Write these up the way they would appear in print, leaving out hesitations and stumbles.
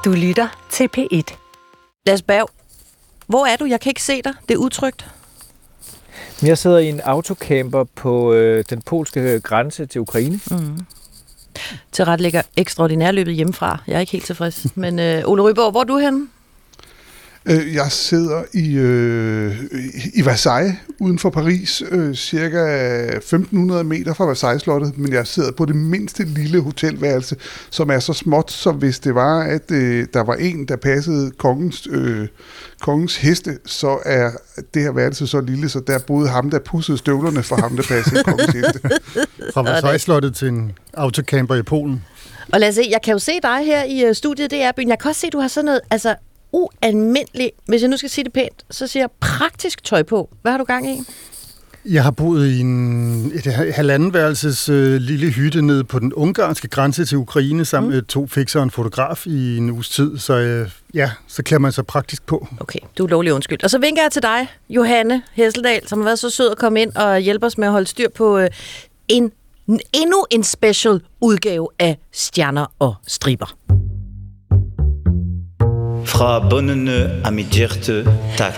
Du lytter til P1. Lars Berg, hvor er du? Jeg kan ikke se dig. Det er utrygt. Jeg sidder i en autocamper på den polske grænse til Ukraine. Tilrettelægger ekstraordinær løbet hjemmefra. Jeg er ikke helt tilfreds. Men Ole Ryborg, hvor er du henne? Jeg sidder i Versailles, uden for Paris, cirka 1.500 meter fra Versailles-slottet, men jeg sidder på det mindste lille hotelværelse, som er så småt, som hvis det var, at der var en, der passede kongens heste, så er det her værelse så lille, så der boede ham, der pudsede støvlerne for ham, der passede kongens heste. Fra Versailles-slottet til en autocamper i Polen. Og lad os se, jeg kan jo se dig her i studiet, det er byen. Jeg kan også se, at du har sådan noget, altså ualmindeligt, hvis jeg nu skal sige det pænt, så siger jeg praktisk tøj på. Hvad har du gang i? Jeg har boet i et halvandenværelses lille hytte nede på den ungarske grænse til Ukraine, sammen med 2 fikser og en fotograf i en uges tid. Så så klæder man sig praktisk på. Okay, du er lovlig undskyld. Og så vinker jeg til dig, Johanne Hesseldal, som har været så sød at komme ind og hjælpe os med at holde styr på endnu en special udgave af Stjerner og Striber. Fra bundene af mit hjerte, tak.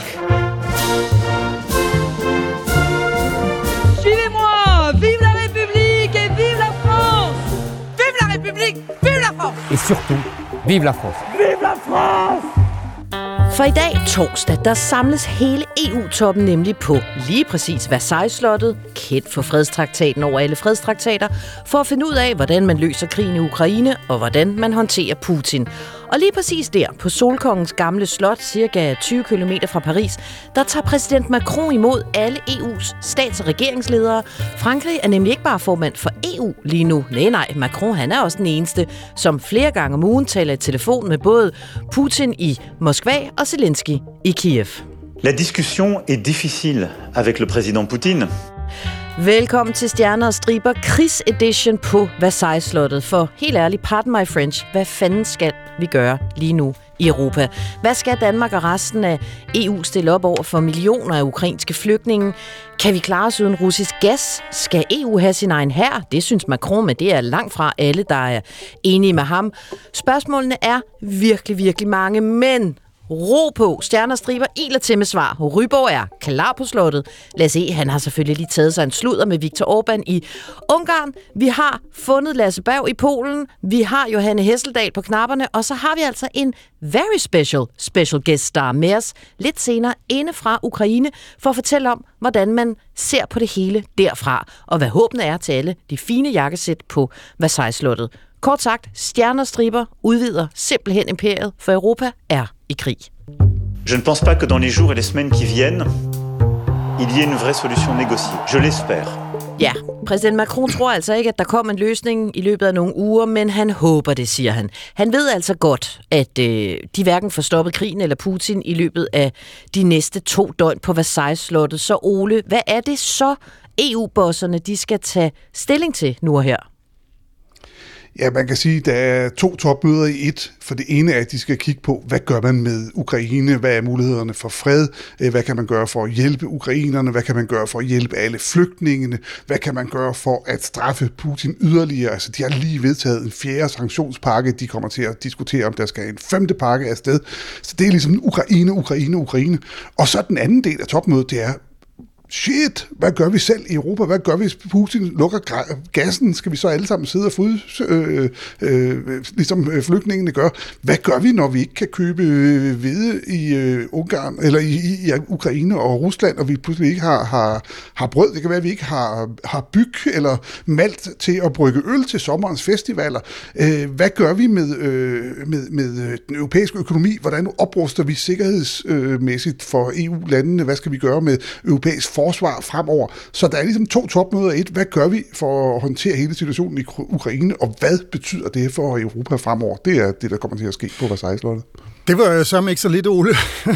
Suivez-moi! Vive la République et vive la France! Vive la République! Vive la France! Et surtout, vive la France! Vive la France! For i dag, torsdag, der samles hele EU-toppen nemlig på lige præcis Versailles-slottet, kendt for fredstraktaten over alle fredstraktater, for at finde ud af, hvordan man løser krigen i Ukraine og hvordan man håndterer Putin. Og lige præcis der, på Solkongens gamle slot, cirka 20 km fra Paris, der tager præsident Macron imod alle EU's stats- og regeringsledere. Frankrig er nemlig ikke bare formand for EU lige nu. Nej, Macron han er også den eneste, som flere gange om ugen taler i telefon med både Putin i Moskva og Zelensky i Kiev. La discussion est difficile avec le président Poutine. Velkommen til Stjerner og Striber krigsedition på Versailles-slottet. For helt ærligt, pardon my French, hvad fanden skal vi gøre lige nu i Europa? Hvad skal Danmark og resten af EU stille op over for millioner af ukrainske flygtninge? Kan vi klare os uden russisk gas? Skal EU have sin egen hær? Det synes Macron, men det er langt fra alle, der er enige med ham. Spørgsmålene er virkelig, virkelig mange, men ro på. Stjerner og Striber iler til med svar. Ryborg er klar på slottet. Lad os se, han har selvfølgelig lige taget sig en sludder med Viktor Orbán i Ungarn. Vi har fundet Lasse Berg i Polen. Vi har Johanne Hesseldal på knapperne. Og så har vi altså en very special guest star med os lidt senere inde fra Ukraine for at fortælle om, hvordan man ser på det hele derfra. Og hvad håbene er til alle de fine jakkesæt på Versailles-slottet. Kort sagt, Stjerner og Striber udvider simpelthen imperiet, for Europa er i krig. Je ne pense pas que dans les jours et les semaines qui viennent, il y ait une vraie solution négociée. Je l'espère. Ja, præsident Macron tror altså ikke, at der kommer en løsning i løbet af nogle uger, men han håber det, siger han. Han ved altså godt, at de hverken får stoppet krigen eller Putin i løbet af de næste 2 døgn på Versailles-slottet. Så Ole, hvad er det så EU-bosserne de skal tage stilling til nu og her? Ja, man kan sige, at der er 2 topmøder i et. For det ene er, at de skal kigge på, hvad gør man med Ukraine? Hvad er mulighederne for fred? Hvad kan man gøre for at hjælpe ukrainerne? Hvad kan man gøre for at hjælpe alle flygtningene? Hvad kan man gøre for at straffe Putin yderligere? Altså, de har lige vedtaget en 4. sanktionspakke. De kommer til at diskutere, om der skal en 5. pakke afsted. Så det er ligesom Ukraine. Og så den anden del af topmødet, det er, shit, hvad gør vi selv i Europa? Hvad gør vi, hvis Putin lukker gassen? Skal vi så alle sammen sidde og fryse, ligesom flygtningene gør? Hvad gør vi, når vi ikke kan købe hvede i Ungarn, eller i Ukraine og Rusland, og vi pludselig ikke har brød? Det kan være, at vi ikke har byg eller malt til at brygge øl til sommerens festivaler. Hvad gør vi med den europæiske økonomi? Hvordan opruster vi sikkerhedsmæssigt for EU-landene? Hvad skal vi gøre med europæisk forsvar fremover? Så der er ligesom 2 topmøder i et. Hvad gør vi for at håndtere hele situationen i Ukraine, og hvad betyder det for Europa fremover? Det er det, der kommer til at ske på Versailles-slottet. Det var så ikke så lidt, Ole.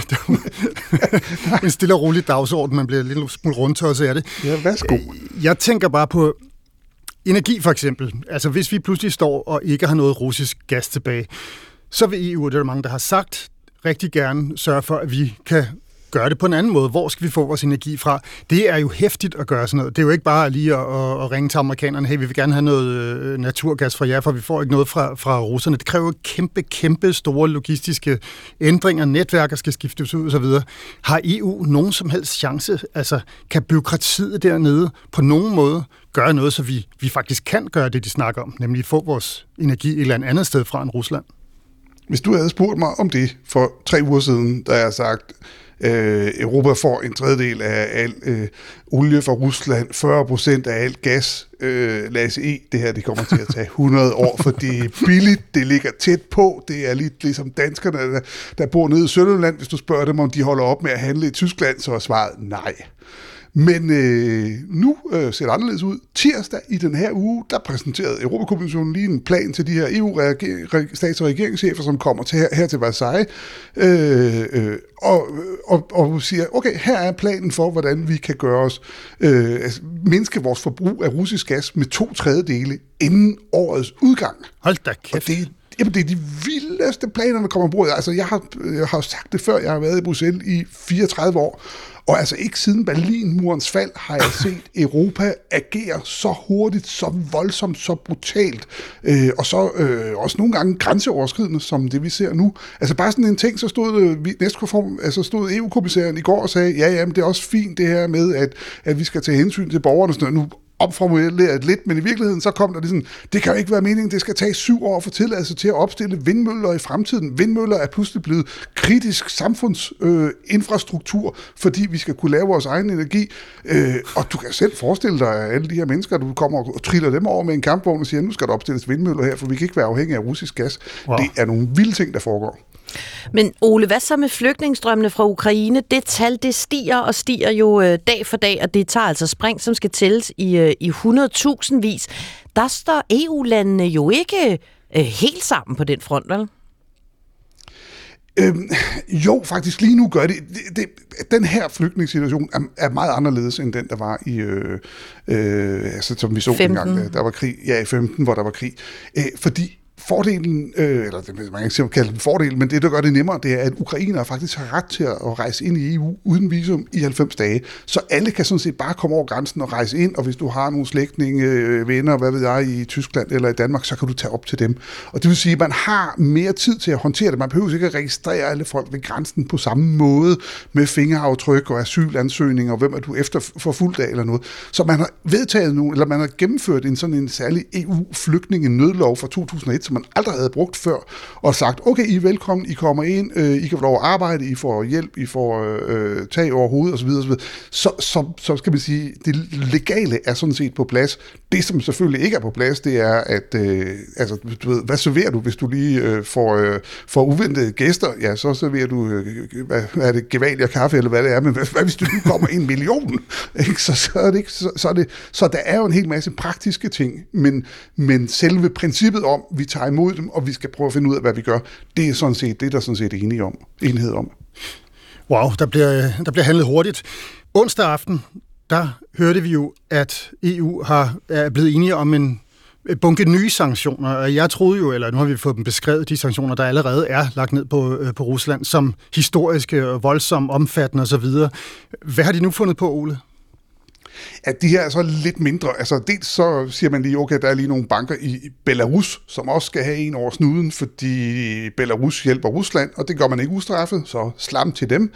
En stille og rolig dagsorden, man bliver lidt smule rundtosset af det. Ja, værsgo. Jeg tænker bare på energi for eksempel. Altså hvis vi pludselig står og ikke har noget russisk gas tilbage, så vil EU, det er der mange, der har sagt, rigtig gerne sørge for, at vi kan gøre det på en anden måde? Hvor skal vi få vores energi fra? Det er jo hæftigt at gøre sådan noget. Det er jo ikke bare lige at ringe til amerikanerne, hey, vi vil gerne have noget naturgas fra jer, for vi får ikke noget fra russerne. Det kræver kæmpe store logistiske ændringer, netværker skal skiftes ud osv. Har EU nogen som helst chance? Altså, kan bureaukratiet dernede på nogen måde gøre noget, så vi faktisk kan gøre det, de snakker om, nemlig få vores energi et eller andet sted fra end Rusland? Hvis du havde spurgt mig om det for 3 uger siden, da jeg har sagt, Europa får en tredjedel af al olie fra Rusland, 40% af alt gas. Lad os se, det her det kommer til at tage 100 år, for det er billigt, det ligger tæt på, det er lidt ligesom danskerne, der bor nede i Sønderjylland. Hvis du spørger dem, om de holder op med at handle i Tyskland, så er svaret nej. Men nu ser det anderledes ud. Tirsdag i den her uge, der præsenterede Europakommissionen lige en plan til de her EU-stats- og regeringschefer, som kommer her til Versailles, og siger, okay, her er planen for, hvordan vi kan gøre os, mindske vores forbrug af russisk gas med 2/3 inden årets udgang. Hold da kæft. Jamen, det er de vildeste planer, der kommer på bordet. Altså, jeg har sagt det før, jeg har været i Bruxelles i 34 år, og altså ikke siden Berlinmurens fald har jeg set Europa agere så hurtigt, så voldsomt, så brutalt, og så også nogle gange grænseoverskridende, som det vi ser nu. Altså bare sådan en ting, så stod EU-kommissæren i går og sagde, ja, men det er også fint det her med, at vi skal tage hensyn til borgerne og sådan noget. Nu opformuleret lidt, men i virkeligheden så kom der det sådan, det kan jo ikke være meningen, det skal tage 7 år for tilladelse til at opstille vindmøller i fremtiden. Vindmøller er pludselig blevet kritisk samfundsinfrastruktur, fordi vi skal kunne lave vores egen energi. Og du kan selv forestille dig, at alle de her mennesker, du kommer og triller dem over med en kampvogn og siger, nu skal der opstilles vindmøller her, for vi kan ikke være afhængige af russisk gas. Wow. Det er nogle vilde ting, der foregår. Men Ole, hvad så med flygtningestrømmene fra Ukraine? Det tal, det stiger og stiger jo dag for dag, og det tager altså spring, som skal tælles i 100.000-vis. Der står EU-landene jo ikke helt sammen på den front, vel? Jo, faktisk lige nu gør det. Den her flygtningssituation er meget anderledes end den, der var i, som vi så dengang, der var krig. Ja, i 15, hvor der var krig. Fordi fordelen, eller man kan ikke kalde det en fordel, men det, der gør det nemmere, det er, at ukrainere faktisk har ret til at rejse ind i EU uden visum i 90 dage. Så alle kan sådan set bare komme over grænsen og rejse ind, og hvis du har nogle slægtninge, venner, hvad ved jeg, i Tyskland eller i Danmark, så kan du tage op til dem. Og det vil sige, at man har mere tid til at håndtere det. Man behøver ikke at registrere alle folk ved grænsen på samme måde med fingeraftryk og asylansøgninger, og hvem er du efterforfulgt af eller noget. Så man har vedtaget nu, eller man har gennemført en særlig EU-flygtningenødlov fra 2001, som man aldrig havde brugt før, og sagt, okay, I er velkommen, I kommer ind, I kan få lov at arbejde, I får hjælp, I får tag over hovedet, osv. Så skal man sige, det legale er sådan set på plads. Det, som selvfølgelig ikke er på plads, det er, at du ved, hvad serverer du, hvis du lige får uventede gæster? Ja, så serverer du, hvad er det, gevaljer kaffe, eller hvad det er, men hvad hvis du nu kommer 1 million? Ikke? Så er det ikke, så der er jo en hel masse praktiske ting, men selve princippet om, vi tager imod dem, og vi skal prøve at finde ud af, hvad vi gør. Det er sådan set det, der sådan set er enighed om. Wow, der bliver handlet hurtigt. Onsdag aften, der hørte vi jo, at EU er blevet enige om en bunke nye sanktioner, og jeg troede jo, eller nu har vi fået dem beskrevet, de sanktioner, der allerede er lagt ned på Rusland, som historiske, voldsomme, omfattende osv. Hvad har de nu fundet på, Ole? At de her er så lidt mindre. Altså dels så siger man lige, okay, der er lige nogle banker i Belarus, som også skal have en over snuden, fordi Belarus hjælper Rusland, og det gør man ikke ustraffet, så slam til dem.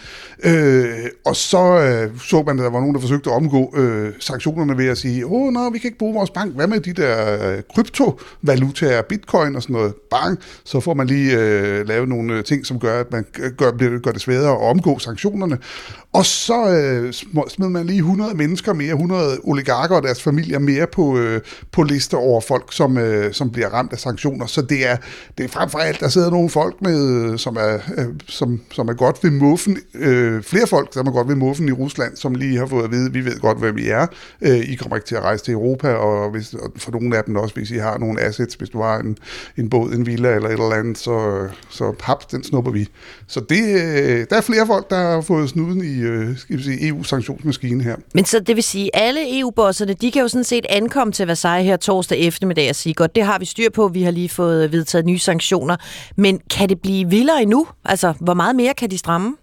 Og så man, at der var nogen, der forsøgte at omgå sanktionerne ved at sige, vi kan ikke bruge vores bank. Hvad med de der kryptovalutaer, bitcoin og sådan noget? Bang! Så får man lige lavet nogle ting, som gør, at man gør det sværere at omgå sanktionerne. Og så smed man lige 100 mennesker mere, 100 oligarker og deres familier mere på lister over folk, som bliver ramt af sanktioner. Så det er frem for alt, der sidder nogle folk med, som er godt ved muffen, flere folk, som er godt ved muffen i Rusland, som lige har fået at vide, vi ved godt, hvem I er. I kommer ikke til at rejse til Europa, og for nogle af dem også, hvis I har nogle assets, hvis du har en båd, en villa eller et eller andet, så haps, den snupper vi. Så der er flere folk, der har fået snuden i EU-sanktionsmaskinen her. Men så det vil sige, alle EU-bosserne, de kan jo sådan set ankomme til Versailles her torsdag eftermiddag og sige, godt, det har vi styr på, vi har lige fået vedtaget nye sanktioner, men kan det blive vildere endnu? Altså, hvor meget mere kan de stramme?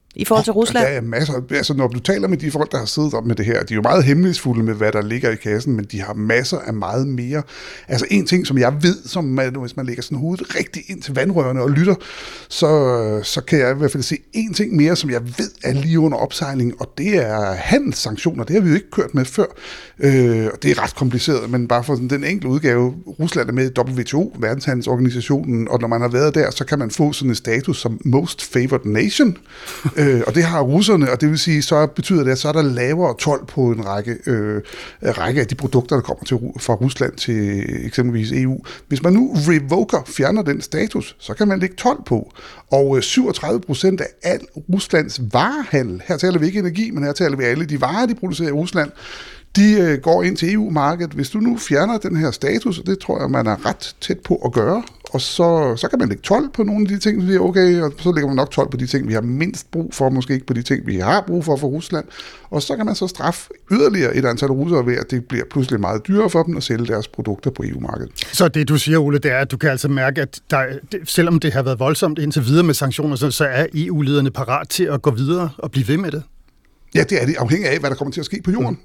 i forhold til Rusland? Der er masser. Altså, når du taler med de folk, der har siddet op med det her, de er jo meget hemmelighedsfulde med, hvad der ligger i kassen, men de har masser af meget mere. Altså, en ting, som jeg ved, som man, hvis man lægger sådan hovedet rigtig ind til vandrørene og lytter, så kan jeg i hvert fald se en ting mere, som jeg ved er lige under opsejling, og det er handelssanktioner. Det har vi jo ikke kørt med før. Og det er ret kompliceret, men bare for den enkelte udgave, Rusland er med i WTO, verdenshandelsorganisationen, og når man har været der, så kan man få sådan en status som Most Favored Nation, og det har russerne, og det vil sige, så betyder det, at så er der lavere told på en række af de produkter, der kommer fra Rusland til eksempelvis EU. Hvis man nu fjerner den status, så kan man lægge told på, og 37% af al Ruslands varehandel, her taler vi ikke energi, men her taler vi alle de varer, de producerer i Rusland, de går ind til EU-markedet. Hvis du nu fjerner den her status, og det tror jeg, man er ret tæt på at gøre, og så kan man lægge told på nogle af de ting, så siger okay, og så lægger man nok told på de ting, vi har mindst brug for, måske ikke på de ting, vi har brug for Rusland, og så kan man så straffe yderligere et antal russere ved, at det bliver pludselig meget dyrere for dem at sælge deres produkter på EU-markedet. Så det, du siger, Ole, det er, at du kan altså mærke, at selvom det har været voldsomt indtil videre med sanktioner, så er EU-lederne parat til at gå videre og blive ved med det? Ja, det er det, afhængig af, hvad der kommer til at ske på jorden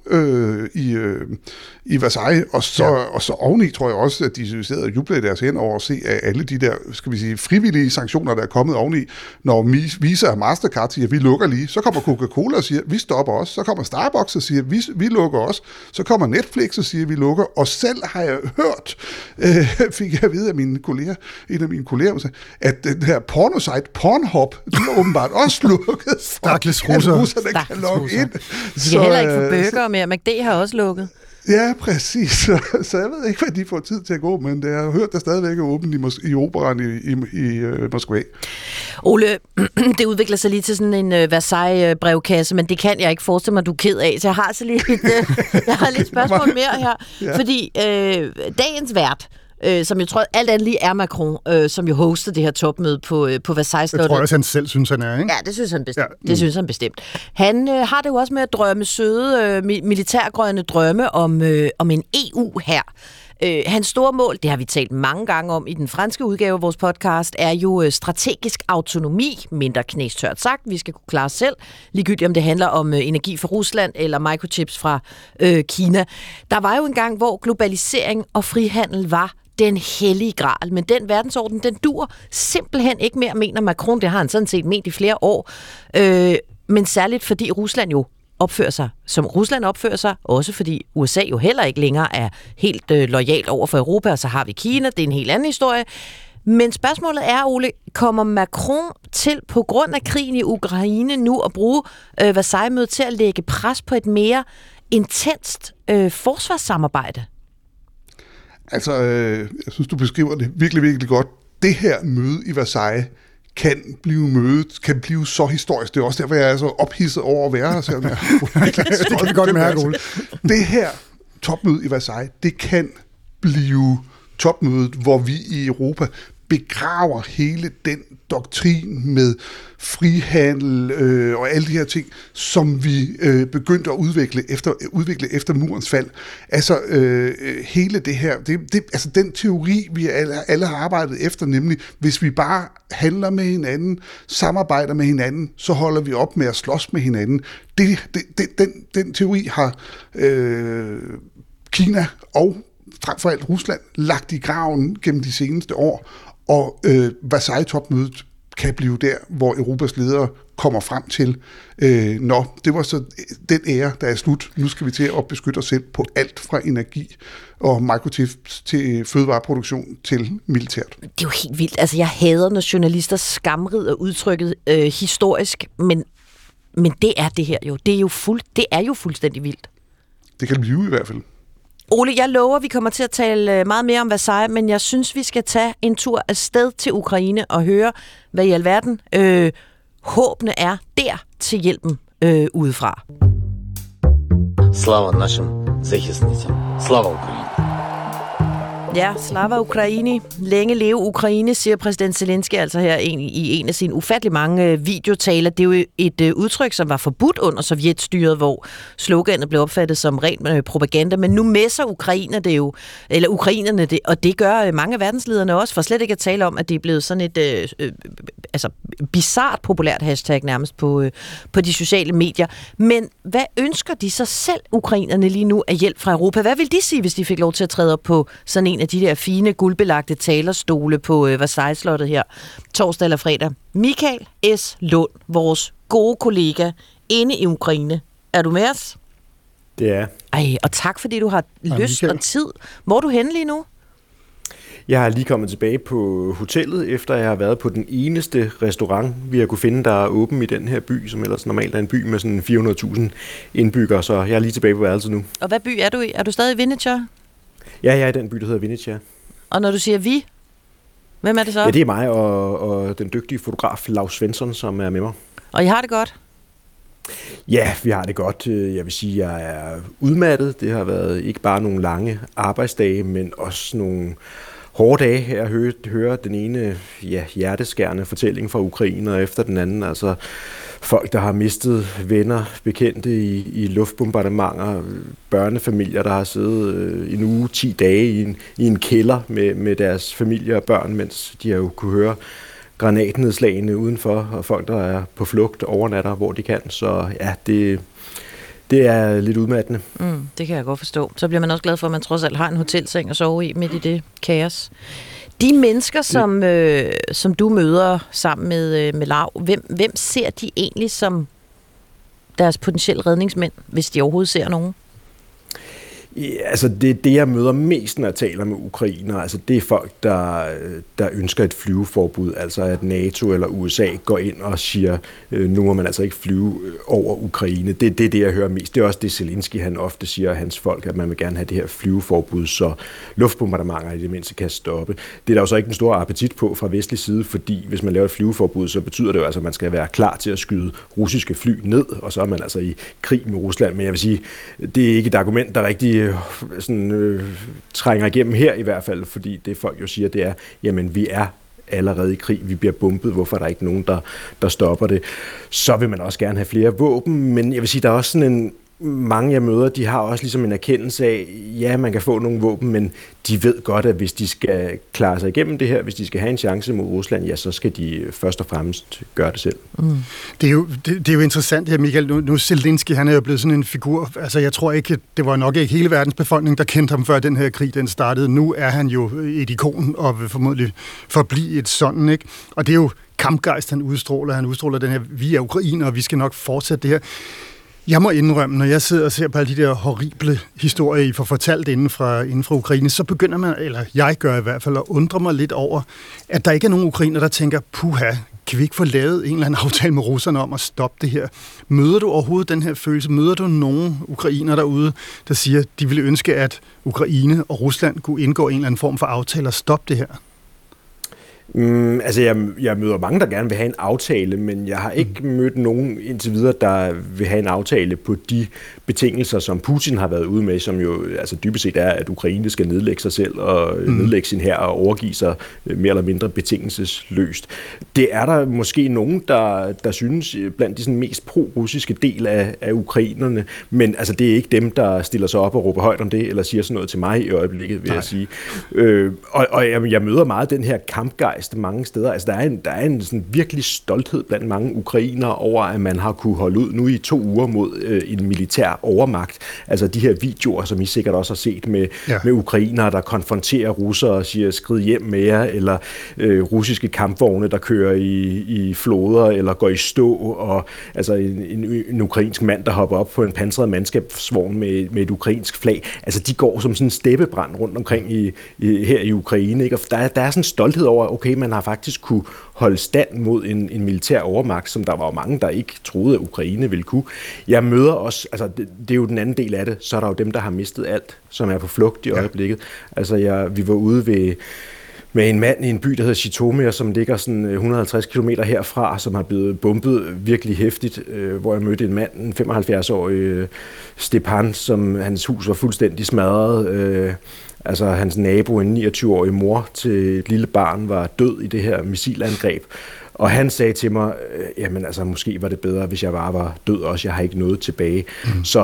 i Versailles. Og så oveni tror jeg også, at de sidder og jubler i deres hænder over at se af alle de der, skal vi sige, frivillige sanktioner, der er kommet oveni. Når Visa og Mastercard siger, vi lukker lige, så kommer Coca-Cola og siger, vi stopper også. Så kommer Starbucks og siger, vi lukker også. Så kommer Netflix og siger, vi lukker. Og selv har jeg hørt, fik jeg at vide af en af mine kolleger, at den her pornosite Pornhub, de er åbenbart også lukket. Stakkels russer. De kan heller ikke få burger mere. McD har også lukket. Ja, præcis. Så jeg ved ikke, hvad de får tid til at gå, men det har hørt, der stadigvæk er åbent i operan i Moskva. Ole, det udvikler sig lige til sådan en Versailles-brevkasse, men det kan jeg ikke forestille mig, du er ked af. Så jeg har så lige jeg har lidt spørgsmål mere her. Ja. Fordi dagens vært, som jeg tror alt andet lige er Macron, som jo hoster det her topmøde på Versailles. Jeg tror også, han selv synes, han er, ikke? Ja, det synes han bestemt. Ja. Det synes han bestemt. Han har det jo også med at drømme søde, militærgrønne drømme om en EU her. Hans store mål, det har vi talt mange gange om i den franske udgave af vores podcast, er jo strategisk autonomi, mindre knæstørt sagt. Vi skal kunne klare os selv, ligegyldigt om det handler om energi fra Rusland eller microchips fra Kina. Der var jo en gang, hvor globalisering og frihandel var den hellige gral, men den verdensorden, den dur simpelthen ikke mere, mener Macron. Det har han sådan set ment i flere år, men særligt fordi Rusland jo opfører sig, som Rusland opfører sig, også fordi USA jo heller ikke længere er helt loyalt over for Europa, og så har vi Kina, det er en helt anden historie. Men spørgsmålet er, Ole, kommer Macron til på grund af krigen i Ukraine nu at bruge Versailles-mødet til at lægge pres på et mere intenst forsvarssamarbejde? Altså, jeg synes, du beskriver det virkelig, virkelig godt. Det her møde i Versailles kan blive så historisk. Det er også derfor, jeg er så ophidset over at være her. Så det kan vi godt mærke, Ole. Det her topmøde i Versailles, det kan blive topmødet, hvor vi i Europa begraver hele den doktrin med frihandel og alle de her ting, som vi begyndte at udvikle efter murens fald. Altså hele det her, altså den teori, vi alle har arbejdet efter, nemlig hvis vi bare handler med hinanden, samarbejder med hinanden, så holder vi op med at slås med hinanden. Den teori har Kina og frem for alt Rusland lagt i graven gennem de seneste år, og Versailles-topmødet kan blive der, hvor Europas ledere kommer frem til, det var så den ære, der er slut. Nu skal vi til at beskytte os selv på alt fra energi og microchips til fødevareproduktion til militært. Det er jo helt vildt. Altså, jeg hader, når journalister skamrider udtrykket historisk, men det er det her jo. Det er jo fuldstændig vildt. Det kan det blive i hvert fald. Ole, jeg lover, at vi kommer til at tale meget mere om Versailles, men jeg synes, vi skal tage en tur afsted til Ukraine og høre, hvad i alverden håbene er der til hjælpen udefra. Slava našim захисницям. Slava Ukraine. Ja, Slava Ukraini. Længe leve Ukraine, siger præsident Zelensky altså her i en af sine ufattelig mange videotaler. Det er jo et udtryk, som var forbudt under sovjetstyret, hvor sloganet blev opfattet som ren propaganda. Men nu messer ukrainerne det, og det gør mange af verdenslederne også, for slet ikke at tale om, at det er blevet sådan et bizart populært hashtag nærmest på de sociale medier. Men hvad ønsker de så selv, ukrainerne lige nu, af hjælp fra Europa? Hvad vil de sige, hvis de fik lov til at træde op på sådan en af de der fine, guldbelagte talerstole på Versailles-slottet her torsdag eller fredag? Michael S. Lund, vores gode kollega inde i Ukraine. Er du med os? Det er. Ej, og tak fordi du har lyst og tid. Hvor er du henne lige nu? Jeg har lige kommet tilbage på hotellet, efter jeg har været på den eneste restaurant, vi har kunne finde, der er åben i den her by, som ellers normalt er en by med sådan 400.000 indbyggere, så jeg er lige tilbage på værelset nu. Og hvad by er du i? Er du stadig i Vinnytsia? Ja, jeg er i den by, der hedder Vinnytsia. Og når du siger vi, hvem er det så? Ja, det er mig og den dygtige fotograf Lars Svensson, som er med mig. Og I har det godt? Ja, vi har det godt. Jeg vil sige, at jeg er udmattet. Det har været ikke bare nogle lange arbejdsdage, men også nogle hårde dage her at høre den ene hjerteskærende fortælling fra Ukraine og efter den anden. Altså folk, der har mistet venner, bekendte i luftbombardementer, børnefamilier, der har siddet en uge, 10 dage i en kælder med deres familie og børn, mens de har jo kunne høre granatnedslagene udenfor, og folk, der er på flugt overnatter, hvor de kan. Så ja, det er lidt udmattende. Det kan jeg godt forstå. Så bliver man også glad for, at man trods alt har en hotelseng at sove i midt i det kaos. De mennesker, som du møder sammen med Lav, hvem ser de egentlig som deres potentielle redningsmænd, hvis de overhovedet ser nogen? Ja, altså det jeg møder mest, når jeg taler med ukrainer, altså det er folk, der ønsker et flyveforbud, altså at NATO eller USA går ind og siger, nu må man altså ikke flyve over Ukraine. Det er det, jeg hører mest. Det er også det, Zelensky han ofte siger af hans folk, at man vil gerne have det her flyveforbud, så luftbombardementer i det mindste kan stoppe. Det er der jo så ikke en stor appetit på fra vestlig side, fordi hvis man laver et flyveforbud, så betyder det jo altså, at man skal være klar til at skyde russiske fly ned, og så er man altså i krig med Rusland. Men jeg vil sige, det er ikke et argument, der rigtig trænger igennem her i hvert fald, fordi det folk jo siger, det er, jamen vi er allerede i krig, vi bliver bombet, hvorfor er der ikke nogen, der stopper det. Så vil man også gerne have flere våben, men jeg vil sige, der er også sådan mange jeg møder, de har også ligesom en erkendelse af, ja, man kan få nogle våben, men de ved godt, at hvis de skal klare sig igennem det her, hvis de skal have en chance mod Rusland, ja, så skal de først og fremmest gøre det selv. Det er jo interessant her, Michael. Nu Zelensky, han er jo blevet sådan en figur, altså jeg tror ikke, det var nok ikke hele verdens befolkning, der kendte ham før den her krig, den startede. Nu er han jo et ikon, og vil formodentlig forblive et sådan, ikke? Og det er jo kampgejst, han udstråler den her, vi er ukrainer, og vi skal nok fortsætte det her. Jeg må indrømme, når jeg sidder og ser på alle de der horrible historier, I får fortalt inden fra Ukraine, så begynder man, eller jeg gør i hvert fald, at undre mig lidt over, at der ikke er nogen ukrainer, der tænker, puha, kan vi ikke få lavet en eller anden aftale med russerne om at stoppe det her? Møder du overhovedet den her følelse? Møder du nogen ukrainer derude, der siger, at de ville ønske, at Ukraine og Rusland kunne indgå en eller anden form for aftale og stoppe det her? Altså, jeg møder mange, der gerne vil have en aftale, men jeg har ikke mødt nogen indtil videre, der vil have en aftale på de betingelser, som Putin har været ude med, som jo altså dybest set er, at Ukraine skal nedlægge sig selv og nedlægge sin hær og overgive sig mere eller mindre betingelsesløst. Det er der måske nogen, der synes blandt de sådan mest pro-russiske del af ukrainerne, men altså, det er ikke dem, der stiller sig op og råber højt om det, eller siger sådan noget til mig i øjeblikket, vil jeg sige. Og jeg møder meget den her kampgejst mange steder. Altså, der er en sådan virkelig stolthed blandt mange ukrainere over, at man har kunne holde ud nu i 2 uger mod en militær overmagt. Altså de her videoer, som I sikkert også har set med ukrainere, der konfronterer russere og siger, skrid hjem med jer, eller russiske kampvogne, der kører i floder, eller går i stå, og altså en ukrainsk mand, der hopper op på en pansret mandskabsvogn med et ukrainsk flag. Altså de går som sådan en steppebrand rundt omkring her i Ukraine, ikke? Og der er sådan en stolthed over, okay, man har faktisk kunne holde stand mod en militær overmagt, som der var jo mange, der ikke troede, at Ukraine ville kunne. Jeg møder også, altså det er jo den anden del af det, så er der jo dem, der har mistet alt, som er på flugt i øjeblikket. Altså vi var ude med en mand i en by, der hedder Zhytomyr, som ligger sådan 150 km herfra, som har blevet bombet virkelig hæftigt, hvor jeg mødte en mand, en 75-årig Stepan, som hans hus var fuldstændig smadret. Altså hans nabo, en 29-årig mor til et lille barn, var død i det her missilangreb. Og han sagde til mig, jamen altså måske var det bedre, hvis jeg bare var død også, jeg har ikke noget tilbage. Så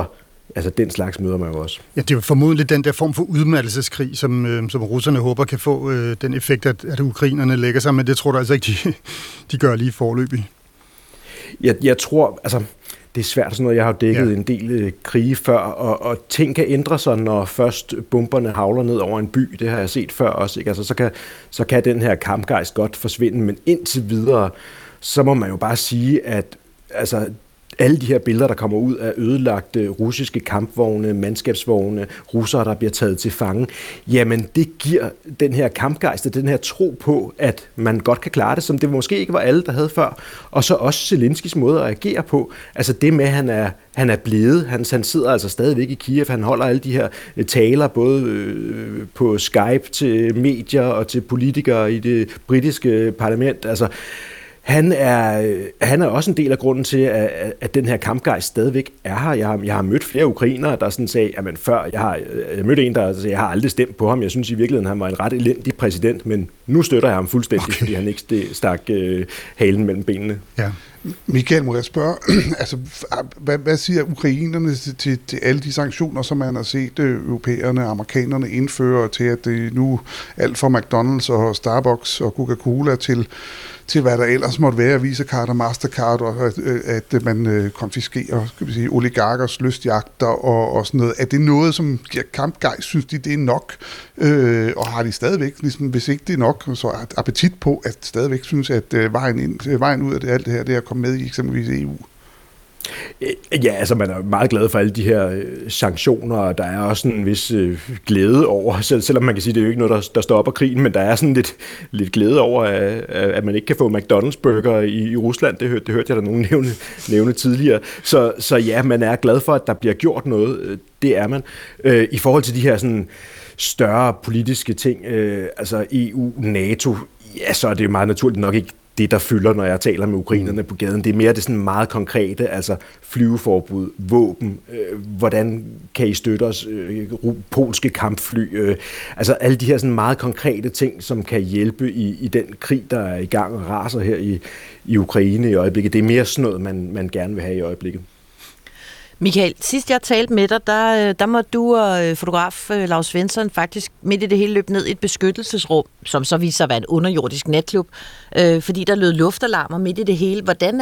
Altså, den slags møder man jo også. Ja, det er jo formodentlig den der form for udmattelseskrig, som russerne håber kan få den effekt, at ukrainerne lægger sig, men det tror jeg altså ikke, de gør lige foreløbig. Jeg tror, altså, det er svært sådan noget. Jeg har jo dækket en del krige før, og ting kan ændre sig, når først bomberne havler ned over en by. Det har jeg set før også. Ikke? Altså, så kan den her kampgejst godt forsvinde, men indtil videre, så må man jo bare sige, at altså, alle de her billeder, der kommer ud af ødelagte russiske kampvogne, mandskabsvogne, russere, der bliver taget til fange, jamen det giver den her kampgejst, den her tro på, at man godt kan klare det, som det måske ikke var alle, der havde før. Og så også Zelenskis måde at agere på. Altså det med, at han er blevet, han sidder altså stadigvæk i Kiev, han holder alle de her taler, både på Skype til medier og til politikere i det britiske parlament. Altså han er også en del af grunden til, at den her kampgejst stadigvæk er her. Jeg har mødt flere ukrainere, der sådan sagde, jamen før, jeg mødte en, der sagde, jeg har aldrig stemt på ham. Jeg synes i virkeligheden, han var en ret elendig præsident, men nu støtter jeg ham fuldstændig, fordi han ikke stak halen mellem benene. Ja. Michael, må jeg spørge, altså, hvad siger ukrainerne til alle de sanktioner, som man har set europæerne og amerikanerne indføre til, at det nu alt fra McDonald's og Starbucks og Coca-Cola til hvad der ellers måtte være, Visa-kart og Mastercard, og at man konfiskerer, skal vi sige, oligarkers lystjagter og sådan noget. Er det noget, som giver kampgejst? Synes de, det er nok? Og har de stadigvæk, ligesom, hvis ikke det er nok, så er appetit på, at stadigvæk synes, at vejen ud af alt det her, det er at komme med i eksempelvis EU? Ja, altså man er meget glad for alle de her sanktioner, og der er også en vis glæde over, selvom man kan sige, det er jo ikke noget, der stopper krigen, men der er sådan lidt glæde over, at man ikke kan få McDonald's-burger i Rusland. Det hørte jeg der nogen nævne tidligere. Så ja, man er glad for, at der bliver gjort noget. Det er man. I forhold til de her sådan større politiske ting, altså EU, NATO, ja, så er det meget naturligt nok ikke det, der fylder, når jeg taler med ukrainerne på gaden. Det er mere det sådan meget konkrete, altså flyveforbud, våben, hvordan kan I støtte os, polske kampfly, altså alle de her sådan meget konkrete ting, som kan hjælpe i den krig, der er i gang og raser her i Ukraine i øjeblikket. Det er mere sådan noget, man gerne vil have i øjeblikket. Michael, sidst jeg talte med dig, der må du og fotograf Lars Svensson faktisk midt i det hele løb ned i et beskyttelsesrum, som så viser sig at være en underjordisk natklub, fordi der lød luftalarmer midt i det hele. Hvordan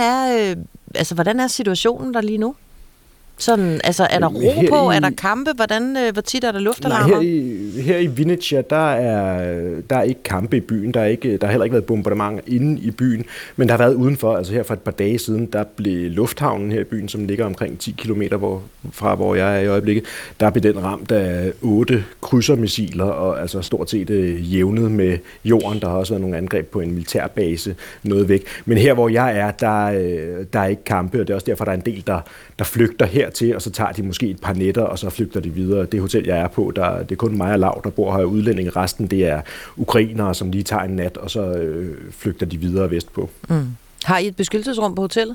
er situationen der lige nu? Sådan, altså, er der ro på? Er der kampe? Hvor tit er der luftalarmer? Her i Vinnytsia, der er ikke kampe i byen. Der har heller ikke været bombardementer inde i byen, men der har været udenfor. Altså her for et par dage siden, der blev lufthavnen her i byen, som ligger omkring 10 kilometer fra, hvor jeg er i øjeblikket, der blev den ramt af 8 krydsermissiler, og altså stort set jævnet med jorden. Der har også været nogle angreb på en militærbase noget væk. Men her, hvor jeg er, der er ikke kampe, og det er også derfor, der er en del, der flygter hertil, og så tager de måske et par nætter, og så flygter de videre. Det hotel, jeg er på, det er kun mig og Lav, der bor her, udlændinge. Resten, det er ukrainere, som lige tager en nat, og så flygter de videre vestpå. Mm. Har I et beskyttelsesrum på hotellet?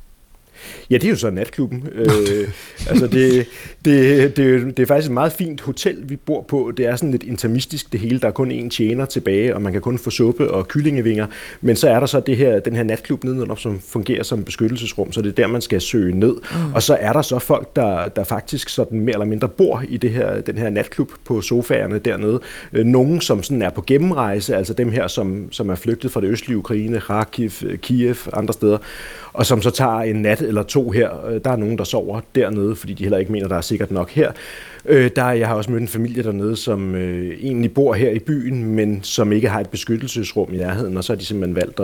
Ja, det er jo så natklubben. Altså det er faktisk et meget fint hotel, vi bor på. Det er sådan lidt intimistisk det hele. Der er kun én tjener tilbage, og man kan kun få suppe og kyllingevinger. Men så er der så den her natklub nedenunder, som fungerer som beskyttelsesrum, så det er der, man skal søge ned. Og så er der så folk, der faktisk sådan mere eller mindre bor i den her natklub på sofaerne dernede. Nogen, som sådan er på gennemrejse, altså dem her, som er flygtet fra det østlige Ukraine, Kharkiv, Kiev, andre steder, og som så tager en nat eller to her. Der er nogen, der sover dernede, fordi de heller ikke mener, der er sikkert nok her. Jeg har også mødt en familie dernede, som egentlig bor her i byen, men som ikke har et beskyttelsesrum i nærheden, og så har de simpelthen valgt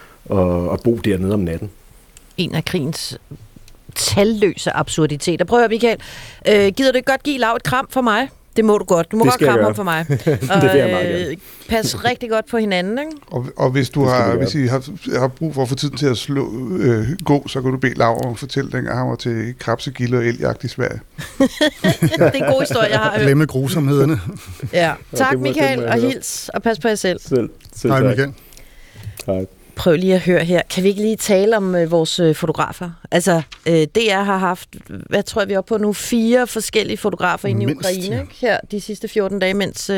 at bo dernede om natten. En af krigens talløse absurditeter. Prøv at høre, Michael. Gider du ikke godt give Lav et kram for mig? Det må du godt. Du må godt kramme ham for mig. Og, det vil jeg meget gerne. Pas rigtig godt på hinanden, ikke? Og hvis I har brug for at få tiden til at gå, så kan du bede Lav om at fortælle, dengang han var til krabsegilde og eljagt i Sverige. Det er en god historie, jeg har hørt. Glemme grusomhederne. Ja. Tak, Michael, og hils, og pas på jer selv. Hej, Michael. Hej. Prøv lige at høre her. Kan vi ikke lige tale om vores fotografer? Altså, DR har haft, hvad tror jeg, vi er oppe på nu, 4 forskellige fotografer inde i Ukraine, ikke? Her de sidste 14 dage,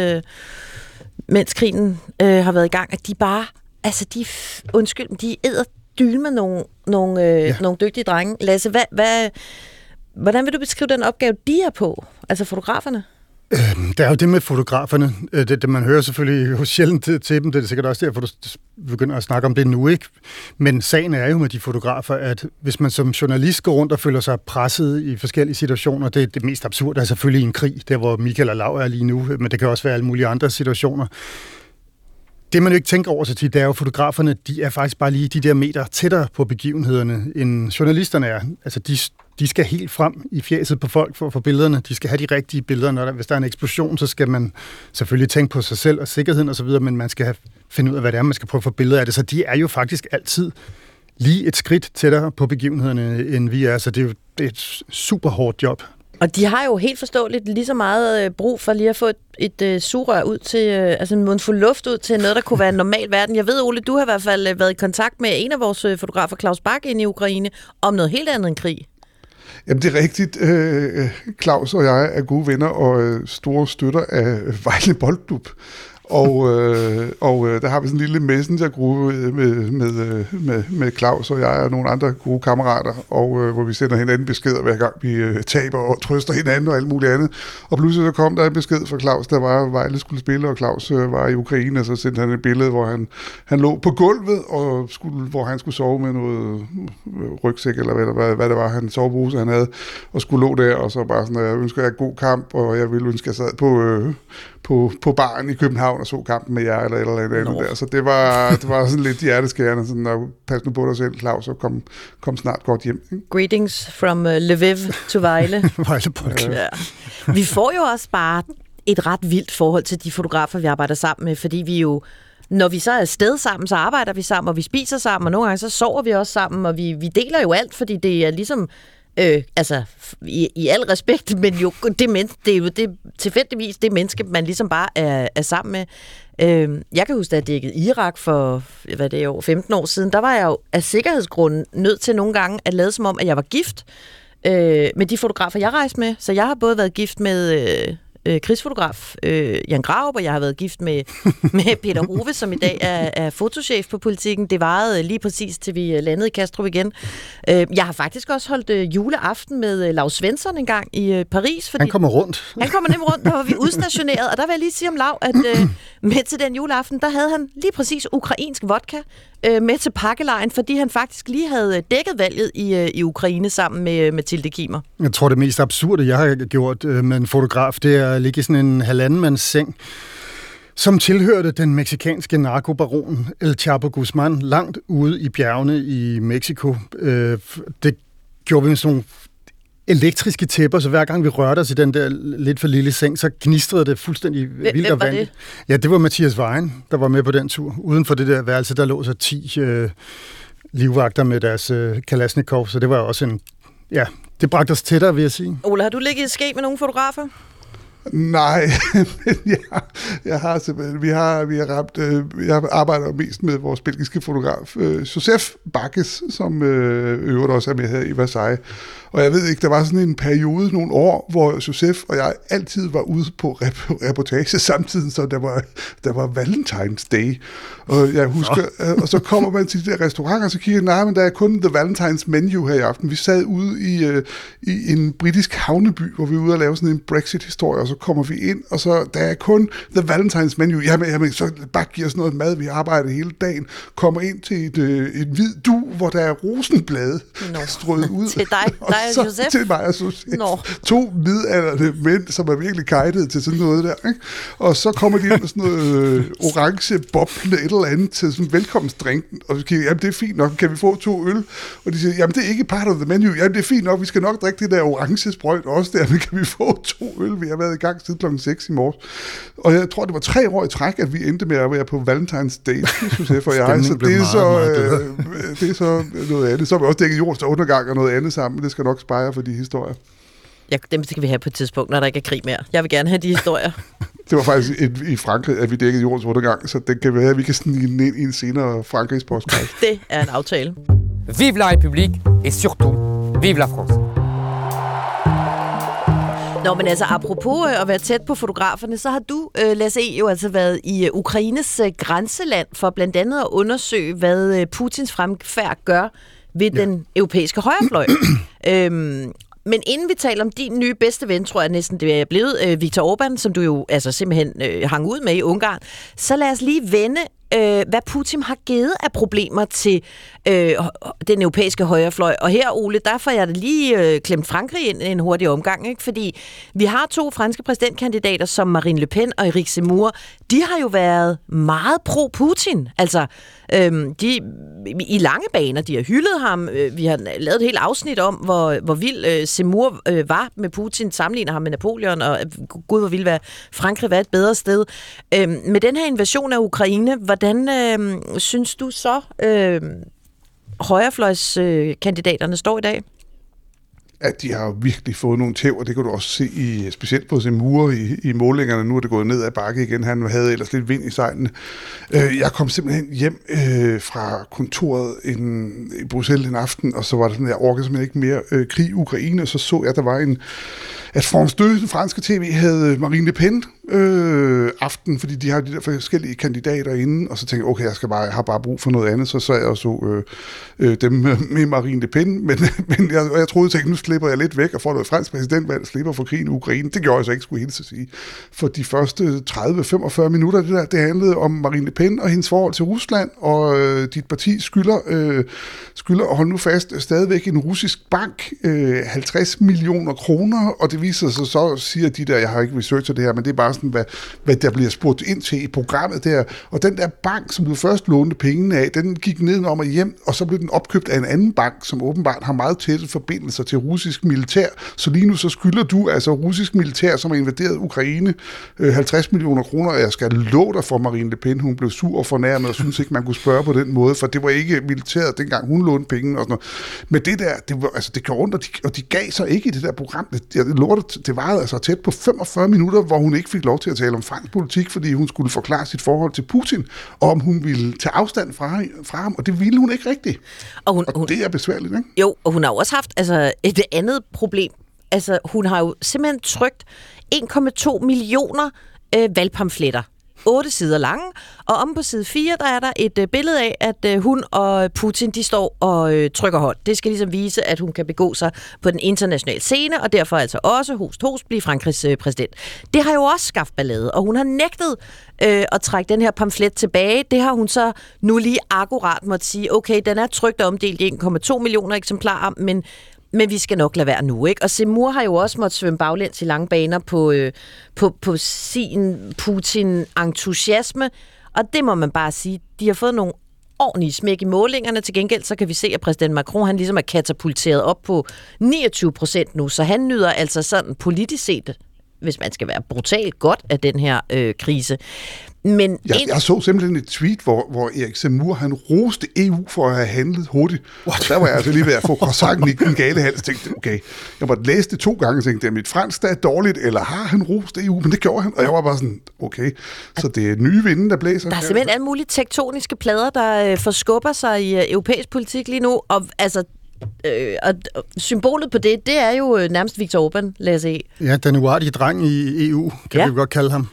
mens krigen har været i gang. At de bare, altså de æder dyl med nogle dygtige drenge. Lasse, Hvordan vil du beskrive den opgave, de er på? Altså fotograferne? Der er jo det med fotograferne. Det man hører selvfølgelig jo sjældent til dem. Det er sikkert også derfor, du begynder at snakke om det nu, ikke? Men sagen er jo med de fotografer, at hvis man som journalist går rundt og føler sig presset i forskellige situationer, det mest absurde er selvfølgelig i en krig, der hvor Michael og Lau er lige nu, men det kan også være alle mulige andre situationer. Det, man jo ikke tænker over så tit, det er jo, fotograferne, de er faktisk bare lige de der meter tættere på begivenhederne, end journalisterne er. Altså, de skal helt frem i fjeset på folk for at få billederne. De skal have de rigtige billeder. Hvis der er en eksplosion, så skal man selvfølgelig tænke på sig selv og sikkerheden osv., men man skal finde ud af, hvad det er, man skal prøve at få billeder af det. Så de er jo faktisk altid lige et skridt tættere på begivenhederne, end vi er. Så det er jo et super hårdt job. Og de har jo helt forståeligt lige så meget brug for lige at få et sugerør ud til, altså en mundfuld luft ud til noget, der kunne være en normal verden. Jeg ved, Ole, du har i hvert fald været i kontakt med en af vores fotografer, Claus Bak, inde i Ukraine, om noget helt andet end krig. Jamen, det er rigtigt. Claus og jeg er gode venner og store støtter af Vejle Boldklub. Og der har vi sådan en lille messengergruppe med Claus og jeg og nogle andre gode kammerater, og hvor vi sender hinanden beskeder hver gang vi taber og trøster hinanden og alt muligt andet. Og pludselig så kom der en besked fra Claus, der var Vejle skulle spille, og Claus var i Ukraine, og så sendte han et billede, hvor han lå på gulvet, og hvor han skulle sove med noget rygsæk, eller hvad det var, han sovepose han havde, og skulle lå der, og så bare sådan, jeg ønsker jer god kamp, og jeg ville ønske, jeg sad på baren i København og så kampen med jer, eller andet der. Så det var sådan lidt hjerteskærende, sådan, pas nu på dig selv, Claus, og kom snart godt hjem. Ikke? Greetings from Lviv to Vejle. Ja. Vi får jo også bare et ret vildt forhold til de fotografer, vi arbejder sammen med, fordi vi jo, når vi så er afsted sammen, så arbejder vi sammen, og vi spiser sammen, og nogle gange så sover vi også sammen, og vi deler jo alt, fordi det er ligesom altså, i al respekt, men jo, det er jo tilfældigvis det menneske, man ligesom bare er sammen med. Jeg kan huske, da jeg dækkede Irak for 15 år siden, der var jeg jo af sikkerhedsgrunden nødt til nogle gange at lade som om, at jeg var gift med de fotografer, jeg rejste med. Så jeg har både været gift med krigsfotograf Jan Graup, og jeg har været gift med Peter Hove, som i dag er fotochef på Politikken. Det varede lige præcis, til vi landede i Kastrup igen. Jeg har faktisk også holdt juleaften med Lau Svensson en gang i Paris. Fordi han kommer rundt. Han kommer nemlig rundt, der var vi udstationeret, og der vil jeg lige sige om Lau, at med til den juleaften, der havde han lige præcis ukrainsk vodka med til pakkelejen, fordi han faktisk lige havde dækket valget i Ukraine sammen med Mathilde Kimer. Jeg tror, det mest absurde, jeg har gjort med en fotograf, det er at ligge i sådan en halvandemands seng, som tilhørte den mexikanske narkobaron El Chapo Guzman langt ude i bjergene i Mexico. Det gjorde vi med sådan nogle elektriske tæpper, så hver gang vi rørte os i den der lidt for lille seng, så gnistrede det fuldstændig vildt og vandigt. Ja, det var Mathias Vejen, der var med på den tur. Uden for det der værelse, der lå så 10 livvagter med deres Kalashnikov, så det var også en... Ja, det bragte os tættere, vil jeg sige. Ola, har du ligget i ske med nogle fotografer? Nej, men jeg har simpelthen, vi har ramt, jeg arbejder mest med vores belgiske fotograf, Joseph Bakkes, som øvrigt også er med her i Versailles. Og jeg ved ikke, der var sådan en periode, nogle år, hvor Joseph og jeg altid var ude på reportage samtidig, så der var Valentine's Day. Og jeg husker, og så kommer man til de der restauranter, og så kigger jeg, nej, men der er kun The Valentine's Menu her i aften. Vi sad ude i en britisk havneby, hvor vi var ude og lave sådan en Brexit-historie, og så kommer vi ind, og så der er kun The Valentine's Menu. Jamen, så bare giver os noget mad, vi arbejder hele dagen, kommer ind til et hvid du, hvor der er rosenblade strøget ud. Til dig og Joseph? Til mig og Joseph. 2 midaldrende mænd, som er virkelig kajtede til sådan noget der, ikke? Og så kommer de ind med sådan noget orange boble, et eller andet til sådan en velkomstdrink, og vi siger, jamen det er fint nok, kan vi få 2 øl? Og de siger, jamen det er ikke part of the menu, jamen det er fint nok, vi skal nok drikke det der orange sprøjt også der, men kan vi få 2 øl? Vi har været i gang siden klokken 6 i morges. Og jeg tror, det var 3 år i træk, at vi endte med at være på Valentine's Day, Joseph og jeg. Så det er så noget andet. Så har vi også dækket jordens undergang og noget andet sammen, men det skal nok spare for de historier. Ja, dem skal vi have på et tidspunkt, når der ikke er krig mere. Jeg vil gerne have de historier. Det var faktisk i Frankrig, at vi dækkede jordens undergang, så det kan være, at vi kan snige ind i en senere Frankrigs podcast. Det er en aftale. Vive la République, et surtout, vive la France. Nå, men altså, apropos at være tæt på fotograferne, så har du, Lasse E., jo altså været i Ukraines grænseland for blandt andet at undersøge, hvad Putins fremfærd gør ved den europæiske højrefløj. Men inden vi taler om din nye bedste ven, tror jeg næsten, det er blevet Viktor Orbán, som du jo altså simpelthen hang ud med i Ungarn, så lad os lige vende, hvad Putin har givet af problemer til den europæiske højrefløj. Og her, Ole, der får jeg da lige klemt Frankrig ind en hurtig omgang, ikke? Fordi vi har 2 franske præsidentkandidater, som Marine Le Pen og Eric Zemmour. De har jo været meget pro-Putin. Altså, i lange baner, de har hyldet ham. Vi har lavet et helt afsnit om, hvor vild Zemmour var med Putin, sammenligner ham med Napoleon, og gud, hvor ville Frankrig være et bedre sted. Med den her invasion af Ukraine, hvordan synes du så, højrefløjskandidaterne står i dag? At de har virkelig fået nogle tæv, og det kan du også se specielt på Zemmour i målingerne. Nu er det gået ned ad bakke igen. Han havde ellers lidt vind i sejlene. Jeg kom simpelthen hjem fra kontoret i Bruxelles en aften, og så var det sådan, jeg orkede simpelthen ikke mere krig i Ukraine, og så jeg, der var at France 2, den franske tv, havde Marine Le Pen aften, fordi de har de der forskellige kandidater inde, og så tænkte jeg, okay, jeg har bare brug for noget andet, så jeg og så dem med Marine Le Pen, men jeg troede, at nu slipper jeg lidt væk og får noget fransk præsidentvalg, slipper for krigen i Ukraine. Det gjorde jeg så ikke, skulle hilse at sige. For de første 30-45 minutter, det handlede om Marine Le Pen og hendes forhold til Rusland, og dit parti skylder, og hold nu fast, stadigvæk en russisk bank 50 millioner kroner, og det viser sig så, siger de der, jeg har ikke researchet det her, men det er bare sådan, hvad der bliver spurgt ind til i programmet der, og den der bank, som du først lånte pengene af, den gik nedenom og hjem, og så blev den opkøbt af en anden bank, som åbenbart har meget tætte forbindelser til russisk militær, så lige nu så skylder du altså russisk militær, som har invaderet Ukraine 50 millioner kroner, og jeg skal love dig for Marine Le Pen, hun blev sur og fornærmet, og synes ikke, man kunne spørge på den måde, for det var ikke militæret, dengang hun lånte penge og sådan noget. Men det der, det går rundt, og de gav sig ikke i det der program. Det varede altså tæt på 45 minutter, hvor hun ikke fik lov til at tale om fransk politik, fordi hun skulle forklare sit forhold til Putin, og om hun ville tage afstand fra ham, og det ville hun ikke rigtigt. Og det er besværligt, ikke? Jo, og hun har også haft et andet problem. Altså, hun har jo simpelthen trykt 1,2 millioner valgpamfletter. 8 sider lange, og om på side 4, der er der et billede af, at hun og Putin, de står og trykker hånd. Det skal ligesom vise, at hun kan begå sig på den internationale scene, og derfor altså også host blive Frankrigs præsident. Det har jo også skabt ballade, og hun har nægtet at trække den her pamflet tilbage. Det har hun så nu lige akkurat måtte sige, okay, den er trykt og omdelt i 1,2 millioner eksemplarer, men vi skal nok lade være nu, ikke? Og Zemmour har jo også måttet svømme baglæns i lange baner på sin Putin-entusiasme, og det må man bare sige, de har fået nogle ordentlige smæk i målingerne. Til gengæld så kan vi se, at præsident Macron, han ligesom er katapulteret op på 29% nu, så han nyder altså sådan politisk set, hvis man skal være brutalt godt af den her krise. Men jeg så simpelthen et tweet, hvor Erik Zemmour, han roste EU for at have handlet hurtigt. Der var jeg altså lige ved at få croissanten i den gale hals, og tænkte, okay, jeg måtte læse det 2 gange, og tænkte, mit fransk der er dårligt, eller har han rost EU? Men det gjorde han, og jeg var bare sådan, okay, så det er nye vinde, der blæser. Der er simpelthen alle mulige tektoniske plader, der forskubber sig i europæisk politik lige nu, og altså og symbolet på det er jo nærmest Viktor Orbán, lad os se. Ja, den uartige dreng i EU, kan vi godt kalde ham.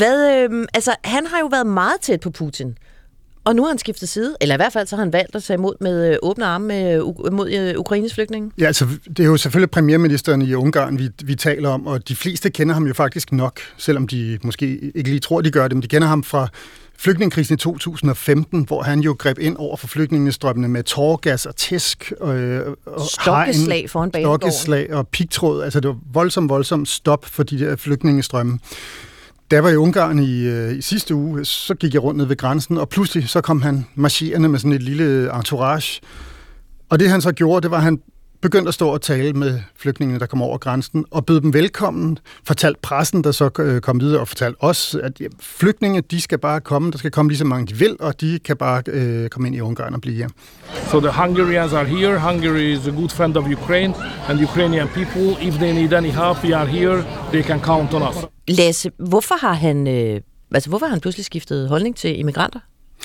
Han har jo været meget tæt på Putin, og nu har han skiftet side, eller i hvert fald så har han valgt at tage imod med åbne arme mod Ukraines flygtninge. Ja, altså det er jo selvfølgelig premierministeren i Ungarn, vi taler om, og de fleste kender ham jo faktisk nok, selvom de måske ikke lige tror, de gør det, men de kender ham fra flygtningekrisen i 2015, hvor han jo greb ind over for flygtningestrømmene med tårgas og tæsk og stokkeslag foran banegården. Stokkeslag og pigtråd. Altså det var voldsomt stop for de der flygtningestrømme. Da jeg var i Ungarn i sidste uge, så gik jeg rundt ned ved grænsen, og pludselig så kom han marcherende med sådan et lille entourage. Og det han så gjorde, det var, at han begyndte at stå og tale med flygtningene, der kom over grænsen, og bød dem velkommen, fortalte pressen, der så kom videre, og fortalte os, at flygtninge, de skal bare komme, der skal komme lige så mange de vil, og de kan bare komme ind i Ungarn og blive her. So the Hungarians are here. Hungary is a good friend of Ukraine, and Ukrainian people, if they need any help, we are here, they can count on us. Lasse, hvorfor har han pludselig skiftet holdning til immigranter?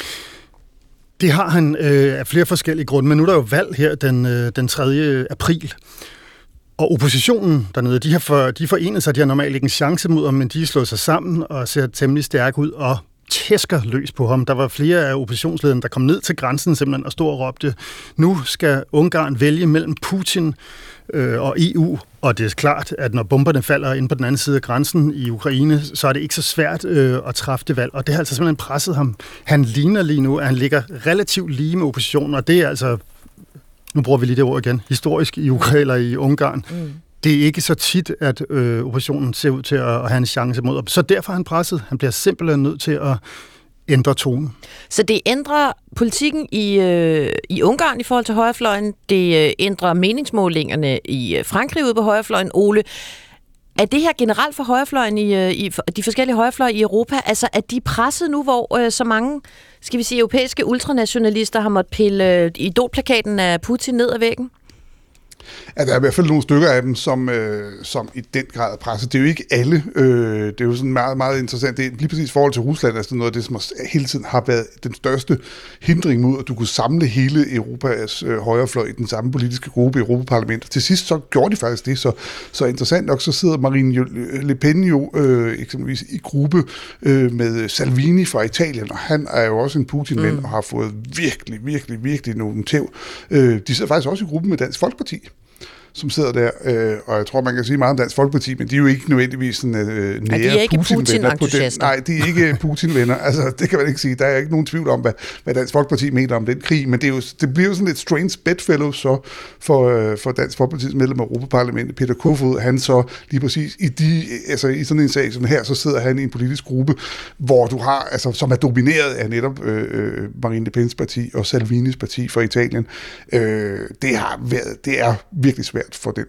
Det har han af flere forskellige grunde, men nu er der jo valg her den 3. april. Og oppositionen dernede, de forenet sig, de har normalt ikke en chance mod ham, men de er slået sig sammen og ser temmelig stærke ud, og tæsker løs på ham. Der var flere af oppositionslederne, der kom ned til grænsen simpelthen og stod og råbte, nu skal Ungarn vælge mellem Putin og EU, og det er klart, at når bomberne falder ind på den anden side af grænsen i Ukraine, så er det ikke så svært at træffe det valg, og det har altså simpelthen presset ham. Han ligner lige nu, at han ligger relativt lige med oppositionen, og det er altså, nu bruger vi lige det ord igen, historisk i Ukraine eller i Ungarn. Det er ikke så tit, at oppositionen ser ud til at have en chance mod op. Så derfor er han presset. Han bliver simpelthen nødt til at ændre tonen. Så det ændrer politikken i Ungarn i forhold til højrefløjen. Det ændrer meningsmålingerne i Frankrig ude på højrefløjen. Ole, er det her generelt for højrefløjen i de forskellige højrefløje i Europa? Altså, er de presset nu, hvor så mange, skal vi sige, europæiske ultranationalister har måttet pille idolplakaten af Putin ned ad væggen? Ja, der er i hvert fald nogle stykker af dem, som i den grad er presset. Det er jo ikke alle. Det er jo sådan meget, meget interessant. Det er lige præcis i forhold til Rusland, altså noget af det, som hele tiden har været den største hindring mod, at du kunne samle hele Europas højrefløj i den samme politiske gruppe i Europaparlamentet. Til sidst så gjorde de faktisk det, så interessant nok, så sidder Marine Le Pen jo eksempelvis i gruppe med Salvini fra Italien, og han er jo også en Putin-ven og har fået virkelig nogle tæv. De sidder faktisk også i gruppe med Dansk Folkeparti, som sidder der, og jeg tror, man kan sige meget om Dansk Folkeparti, men de er jo ikke nødvendigvis sådan nære Putin-venner på den. Nej, de er ikke Putin-venner. Altså, det kan man ikke sige. Der er ikke nogen tvivl om, hvad Dansk Folkeparti mener om den krig, men det bliver jo sådan et strange bedfellow så for Dansk Folkepartis medlem af Europaparlamentet, Peter Kofod. Han så lige præcis i sådan en sag som her, så sidder han i en politisk gruppe, hvor du har, altså, som er domineret af netop Marine Le Pens parti og Salvinis parti for Italien. Det er virkelig svært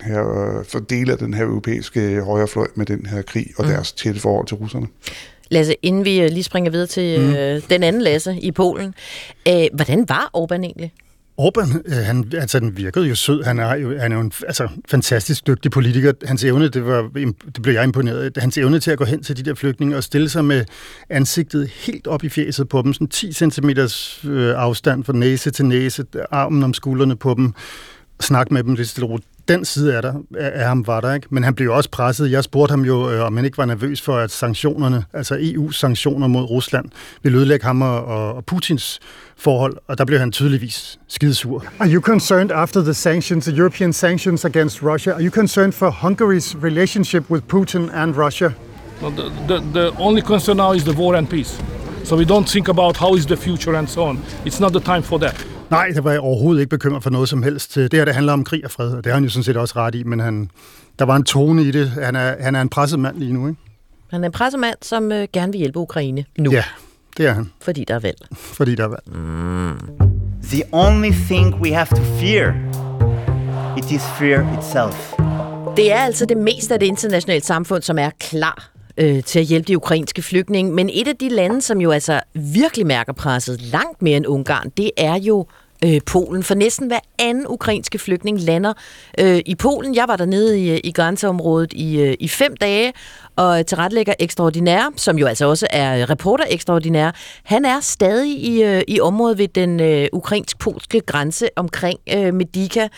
for dele af den her europæiske højrefløj med den her krig og deres tætte forhold til russerne. Lasse, inden vi lige springer videre til den anden Lasse i Polen. Hvordan var Orbán egentlig? Orbán, han virkede jo sød. Han er jo en fantastisk dygtig politiker. Hans evne, det blev jeg imponeret af. Hans evne til at gå hen til de der flygtninge og stille sig med ansigtet helt op i fjeset på dem, sådan 10 centimeters afstand fra næse til næse, armen om skuldrene på dem, snakke med dem lidt stille roligt. Den side af ham var der ikke, men han blev jo også presset. Jeg spurgte ham jo, om han ikke var nervøs for, at sanktionerne, altså EU's sanktioner mod Rusland, ville ødelægge ham og Putins forhold, og der blev han tydeligvis skidesur. Are you concerned after the sanctions, the European sanctions against Russia? Are you concerned for Hungary's relationship with Putin and Russia? Well, the only concern now is the war and peace. So we don't think about how is the future and so on. It's not the time for that. Nej, det var jeg overhovedet ikke bekymret for noget som helst. Det her, det handler om krig og fred, og det har han jo sådan set også ret i, men der var en tone i det. Han er en presset mand lige nu, ikke? Han er en presset mand, som gerne vil hjælpe Ukraine nu. Ja, det er han. Fordi der er valg. Fordi der er valg. The only thing we have to fear, it is fear itself. Det er altså det meste af det internationale samfund, som er klar til at hjælpe de ukrainske flygtninge. Men et af de lande, som jo altså virkelig mærker presset langt mere end Ungarn, det er jo Polen. For næsten hver anden ukrainske flygtning lander i Polen. Jeg var dernede i grænseområdet i 5 dage, og tilrettelægger Ekstraordinær, som jo altså også er reporter Ekstraordinær, han er stadig i området ved den ukrainsk-polske grænse omkring Medica.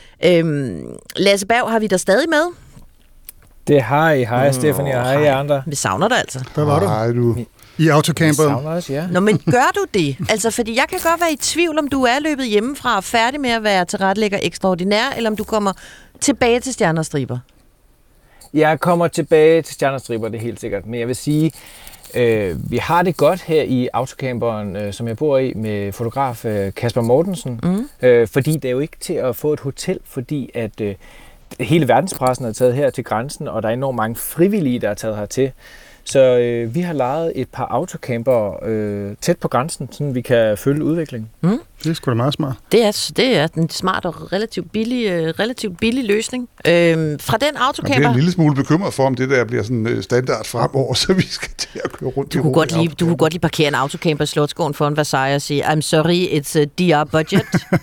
Lasse Berg, har vi der stadig med? Det har I. Hej, Stephanie, og hej jer andre. Vi savner dig altså. Der var du. Hej, du. I autocamper. Vi savner os, ja. Nå, men gør du det? Altså, fordi jeg kan godt være i tvivl, om du er løbet hjemmefra og færdig med at være tilrettelægger Ekstraordinær, eller om du kommer tilbage til Stjerner og Striber. Jeg kommer tilbage til Stjerner og Striber, det er helt sikkert. Men jeg vil sige, vi har det godt her i autocamperen, som jeg bor i, med fotograf Kasper Mortensen. Fordi det er jo ikke til at få et hotel, fordi at hele verdenspressen er taget her til grænsen, og der er enormt mange frivillige, der er taget hertil. Så vi har lejet et par autocamper tæt på grænsen, så vi kan følge udviklingen. Det er sgu da meget smart. Det er en smart og relativt billig løsning. Fra den autocamper... Jeg bliver en lille smule bekymret for, om det der bliver sådan standard fremover, så vi skal til at køre rundt Du kunne godt lige parkere en autocamper i Slottsgården foran Versailles og sige, I'm sorry, it's a DR budget.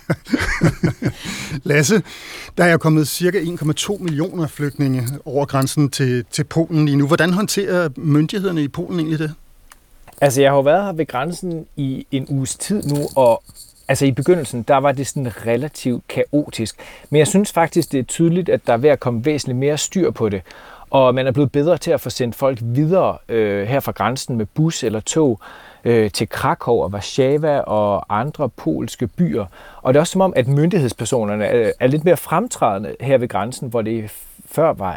Lasse, der er kommet cirka 1,2 millioner flygtninge over grænsen til Polen lige nu. Hvordan håndterer myndighederne i Polen egentlig det? Altså, jeg har jo været her ved grænsen i en uges tid nu, og altså i begyndelsen, der var det sådan relativt kaotisk. Men jeg synes faktisk, det er tydeligt, at der er ved at komme væsentligt mere styr på det. Og man er blevet bedre til at få sendt folk videre her fra grænsen med bus eller tog. til Krakow og Warszawa og andre polske byer. Og det er også som om, at myndighedspersonerne er lidt mere fremtrædende her ved grænsen, hvor det før var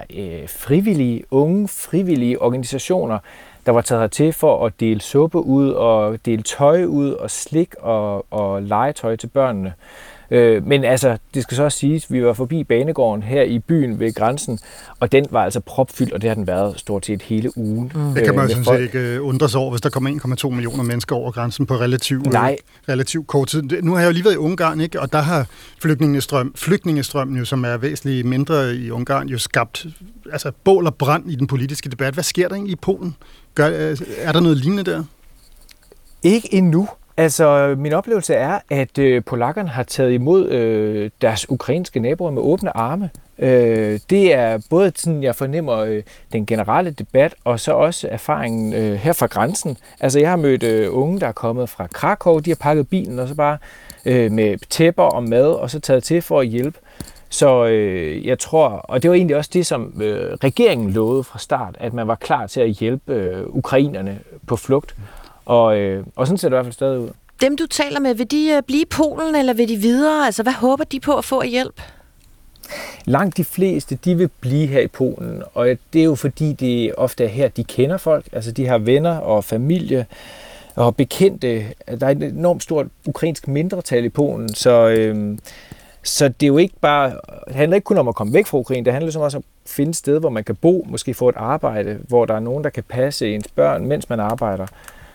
unge frivillige organisationer, der var taget hertil for at dele suppe ud og dele tøj ud og slik og legetøj til børnene. Men altså, det skal så også siges, vi var forbi banegården her i byen ved grænsen, og den var altså propfyldt, og det har den været stort set hele ugen. Det kan man sådan set ikke undre sig over, hvis der kommer 1,2 millioner mennesker over grænsen på relativt kort tid. Nu har jeg jo lige været i Ungarn, ikke? Og der har flygtningestrømmen jo, som er væsentligt mindre i Ungarn, jo skabt bål og brand i den politiske debat. Hvad sker der egentlig i Polen? Er der noget lignende der? Ikke endnu. Altså, min oplevelse er, at polakkerne har taget imod deres ukrainske naboer med åbne arme. Det er både sådan, jeg fornemmer den generelle debat, og så også erfaringen her fra grænsen. Altså, jeg har mødt unge, der er kommet fra Krakow, de har pakket bilen, og så bare med tæpper og mad, og så taget til for at hjælpe. Så jeg tror, og det var egentlig også det, som regeringen lovede fra start, at man var klar til at hjælpe ukrainerne på flugt. Og sådan ser det i hvert fald stadig ud. Dem, du taler med, vil de blive i Polen, eller vil de videre? Altså, hvad håber de på at få af hjælp? Langt de fleste, de vil blive her i Polen, og det er jo fordi, det ofte er her, de kender folk. Altså, de har venner og familie og bekendte. Der er et enormt stort ukrainsk mindretal i Polen, så det er jo ikke bare, det handler ikke kun om at komme væk fra Ukraine, det handler som også om at finde et sted, hvor man kan bo, måske få et arbejde, hvor der er nogen, der kan passe ens børn, mens man arbejder.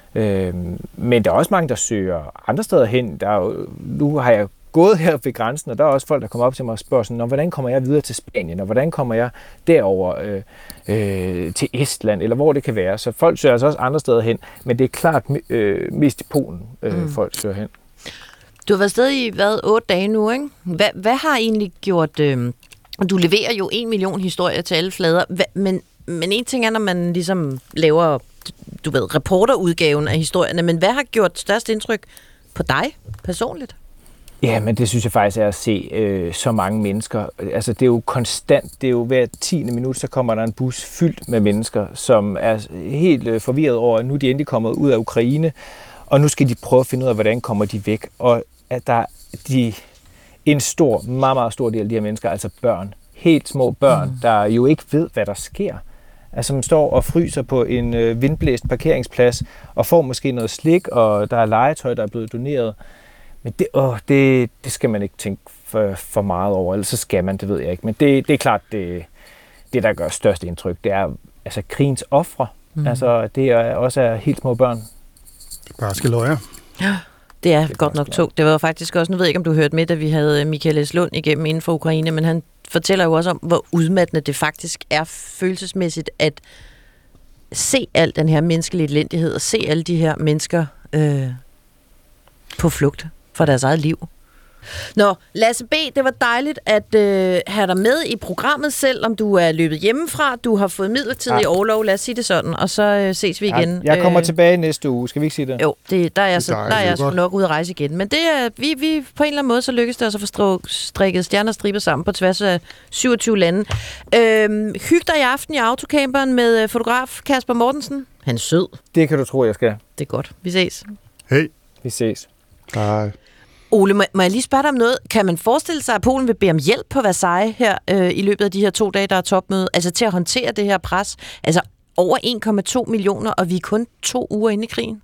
Men der er også mange, der søger andre steder hen. Nu har jeg gået her ved grænsen, og der er også folk, der kommer op til mig og spørger sådan, hvordan kommer jeg videre til Spanien, og hvordan kommer jeg derover til Estland, eller hvor det kan være. Så folk søger altså også andre steder hen, men det er klart mest i Polen, folk søger hen. Du har været afsted i 8 dage nu, ikke? Hvad har egentlig gjort... Du leverer jo 1 million historier til alle flader, men en ting er, når man ligesom laver, reporterudgaven af historierne, men hvad har gjort størst indtryk på dig personligt? Ja, men det synes jeg faktisk er at se så mange mennesker. Altså, det er jo konstant. Det er jo hver 10. minut, så kommer der en bus fyldt med mennesker, som er helt forvirret over, at nu er de endelig kommet ud af Ukraine, og nu skal de prøve at finde ud af, hvordan kommer de væk. Og at der en meget, meget stor del af de her mennesker, altså børn, helt små børn, der jo ikke ved, hvad der sker. Altså, man står og fryser på en vindblæst parkeringsplads, og får måske noget slik, og der er legetøj, der er blevet doneret. Men det skal man ikke tænke for meget over, ellers så skal man, det ved jeg ikke. Men det er klart, det der gør størst indtryk, det er altså krigens ofre. Altså, det er også helt små børn. Barske løjer. Ja. Det er godt nok tungt. Det var faktisk også, nu ved jeg ikke, om du hørte med, da vi havde Michael S. Lund igennem inden for Ukraine, men han fortæller jo også om, hvor udmattende det faktisk er følelsesmæssigt at se al den her menneskelige elendighed og se alle de her mennesker på flugt fra deres eget liv. Nå, Lasse B., det var dejligt at have dig med i programmet, selvom du er løbet hjemmefra. Du har fået midlertidig orlov, lad os sige det sådan, og så ses vi igen. Jeg kommer tilbage næste uge, skal vi ikke sige det? Jo, der er jeg sgu nok ude at rejse igen. Men det er, vi på en eller anden måde, så lykkes det os at få strikket stjerner og striber sammen på tværs af 27 lande. Hyg dig i aften i autocamperen med fotograf Kasper Mortensen. Han er sød. Det kan du tro, jeg skal. Det er godt. Vi ses. Hej. Vi ses. Hej. Ole, må jeg lige spørge dig om noget? Kan man forestille sig, at Polen vil bede om hjælp på Versailles her i løbet af de her 2 dage, der er topmøde? Altså til at håndtere det her pres? Altså over 1,2 millioner, og vi er kun 2 uger inde i krigen?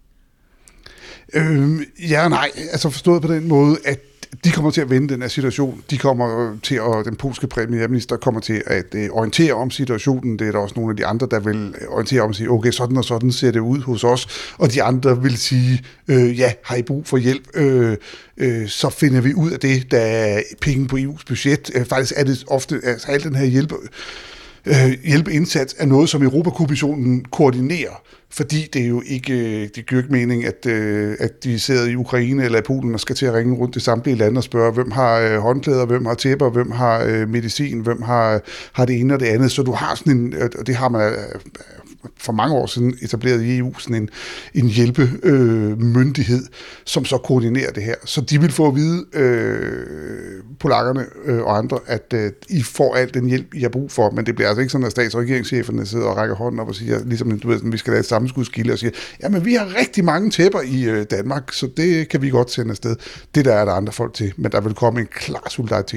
Ja og nej. Altså forstået på den måde, at de kommer til at vende den her situation. De kommer til, og den polske premierminister kommer til at orientere om situationen. Det er der også nogle af de andre, der vil orientere om og sige, okay, sådan og sådan ser det ud hos os. Og de andre vil sige, ja, har I brug for hjælp? Så finder vi ud af det, der er penge på EU's budget. Faktisk er det ofte, altså al den her hjælpeindsats er noget, som Europakommissionen koordinerer, fordi det er jo ikke mening, at de sidder i Ukraine eller i Polen og skal til at ringe rundt til samtlige lande og spørge, hvem har håndklæder, hvem har tæpper, hvem har medicin, hvem har det ene og det andet. Så du har sådan en, og det har man for mange år siden etableret i EU, sådan en hjælpemyndighed, som så koordinerer det her. Så de vil få at vide, polakkerne og andre, at I får al den hjælp, I har brug for, men det bliver altså ikke sådan, at stats- og regeringscheferne sidder og rækker hånden op og siger, ligesom du ved, vi skal lave et sammenskudskilde og siger, jamen vi har rigtig mange tæpper i Danmark, så det kan vi godt sende afsted. Det der er der andre folk til, men der vil komme en klar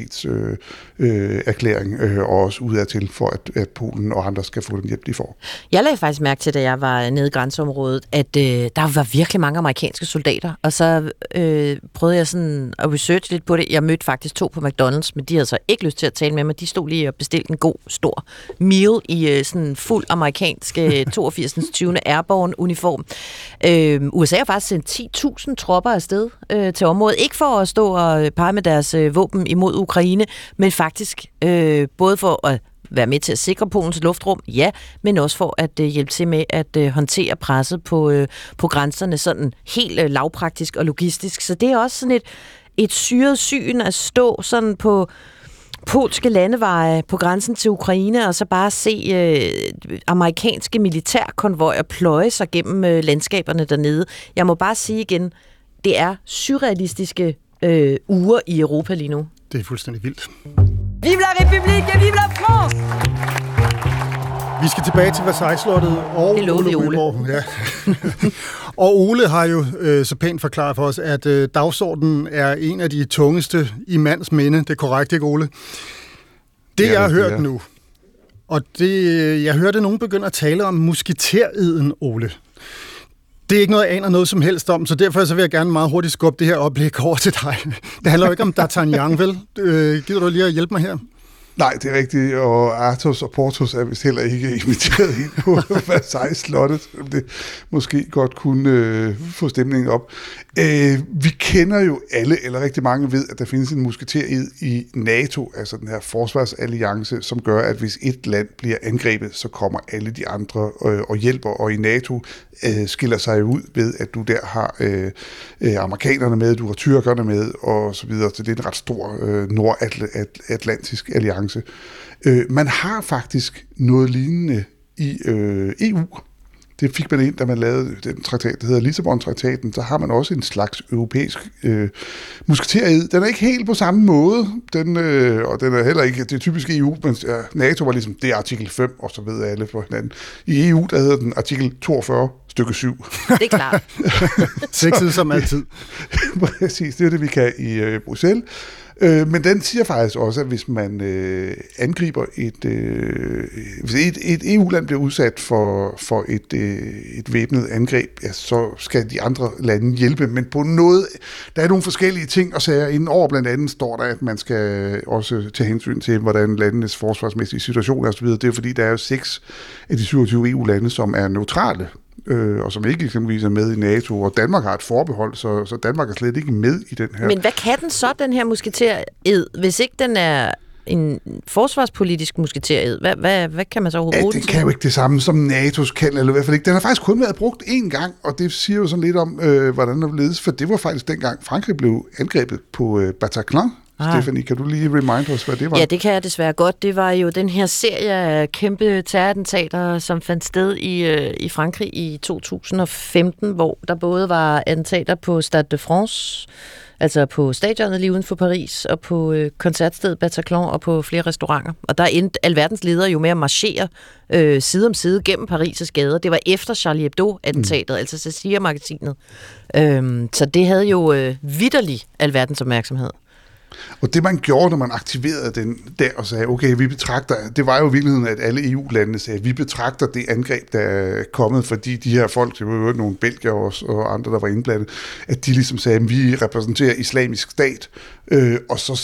solidaritetserklæring også udadtil for, at Polen og andre skal få den hjælp, de får. Jeg lagde faktisk mærke til, da jeg var nede i grænseområdet, at der var virkelig mange amerikanske soldater, og så prøvede jeg sådan at researche lidt på det. Jeg mødte faktisk 2 på McDonald's, men de havde så ikke lyst til at tale med mig. De stod lige og bestilte en god, stor meal i sådan fuld amerikansk 82. 20. Airborne uniform. USA har faktisk sendt 10.000 tropper afsted til området. Ikke for at stå og pege med deres våben imod Ukraine, men faktisk både for at være med til at sikre Polens luftrum, ja, men også for at hjælpe til med at håndtere presset på grænserne sådan helt lavpraktisk og logistisk. Så det er også sådan et syret syn at stå sådan på polske landeveje på grænsen til Ukraine, og så bare se amerikanske militærkonvojer pløje sig gennem landskaberne dernede. Jeg må bare sige igen, det er surrealistiske uger i Europa lige nu. Det er fuldstændig vildt. Vive la République et vive la France! Vi skal tilbage til Versailles-slottet og Ole Ryborg. Ja. Og Ole har jo så pænt forklaret for os, at dagsordenen er en af de tungeste i mands minde. Det er korrekt, ikke Ole? Det jeg har hørt nu, og jeg hørte nogen begynde at tale om musketereden, Ole. Det er ikke noget, jeg aner noget som helst om, så derfor så vil jeg gerne meget hurtigt skubbe det her oplæg over til dig. Det handler jo ikke om D'Artagnan, vel? Gider du lige at hjælpe mig her? Nej, det er rigtigt, og Athos og Porthos er vist heller ikke inviteret ind på Versailles-slottet, som det måske godt kunne få stemningen op. Vi kender jo alle, eller rigtig mange ved, at der findes en musketered i NATO, altså den her forsvarsalliance, som gør, at hvis et land bliver angrebet, så kommer alle de andre og hjælper, og i NATO skiller sig ud ved, at du der har amerikanerne med, du har tyrkerne med, og så videre, så det er en ret stor nordatlantisk alliance. Man har faktisk noget lignende i EU. Det fik man ind, da man lavede den traktat, der hedder Lissabon-traktaten. Så har man også en slags europæisk musketered. Den er ikke helt på samme måde, og den er heller ikke det typiske EU, men NATO var ligesom, det er artikel 5, og så ved alle for hinanden. I EU, der hedder den artikel 42, stykke 7. Det er klart. Sexet som altid. Præcis, det er det, vi kan i Bruxelles. Men den siger faktisk også, at hvis man angriber hvis et EU-land bliver udsat for et væbnet angreb, ja, så skal de andre lande hjælpe. Men på noget, der er nogle forskellige ting og sager. Inden over blandt andet står der, at man skal også tage hensyn til, hvordan landenes forsvarsmæssige situation er osv. Det er fordi, der er jo 6 af de 27 EU-lande, som er neutrale. Og som ikke eksempelvis er med i NATO, og Danmark har et forbehold, så Danmark er slet ikke med i den her. Men hvad kan den så, den her musketered, hvis ikke den er en forsvarspolitisk musketered? Hvad kan man så overhovedet bruge den kan jo ikke det samme som NATO's kan, eller i hvert fald ikke. Den har faktisk kun været brugt én gang, og det siger jo sådan lidt om, hvordan den ledes, for det var faktisk dengang Frankrig blev angrebet på Bataclan. Stephanie, kan du lige remind os, hvad det var? Ja, det kan jeg desværre godt. Det var jo den her serie af kæmpe terrorattentater, som fandt sted i Frankrig i 2015, hvor der både var attentater på Stade de France, altså på stadionet lige uden for Paris, og på koncertstedet Bataclan og på flere restauranter. Og der endte alverdens ledere jo med at marchere side om side gennem Paris' gader. Det var efter Charlie Hebdo-attentatet, altså Satire-magasinet. Så det havde jo vitterlig alverdens opmærksomhed. Og det man gjorde, når man aktiverede den der og sagde, okay, vi betragter, det var jo i virkeligheden, at alle EU-landene sagde, vi betragter det angreb, der er kommet, fordi de her folk, det var jo nogle belgier og andre, der var indblandet, at de ligesom sagde, at vi repræsenterer islamisk stat, og så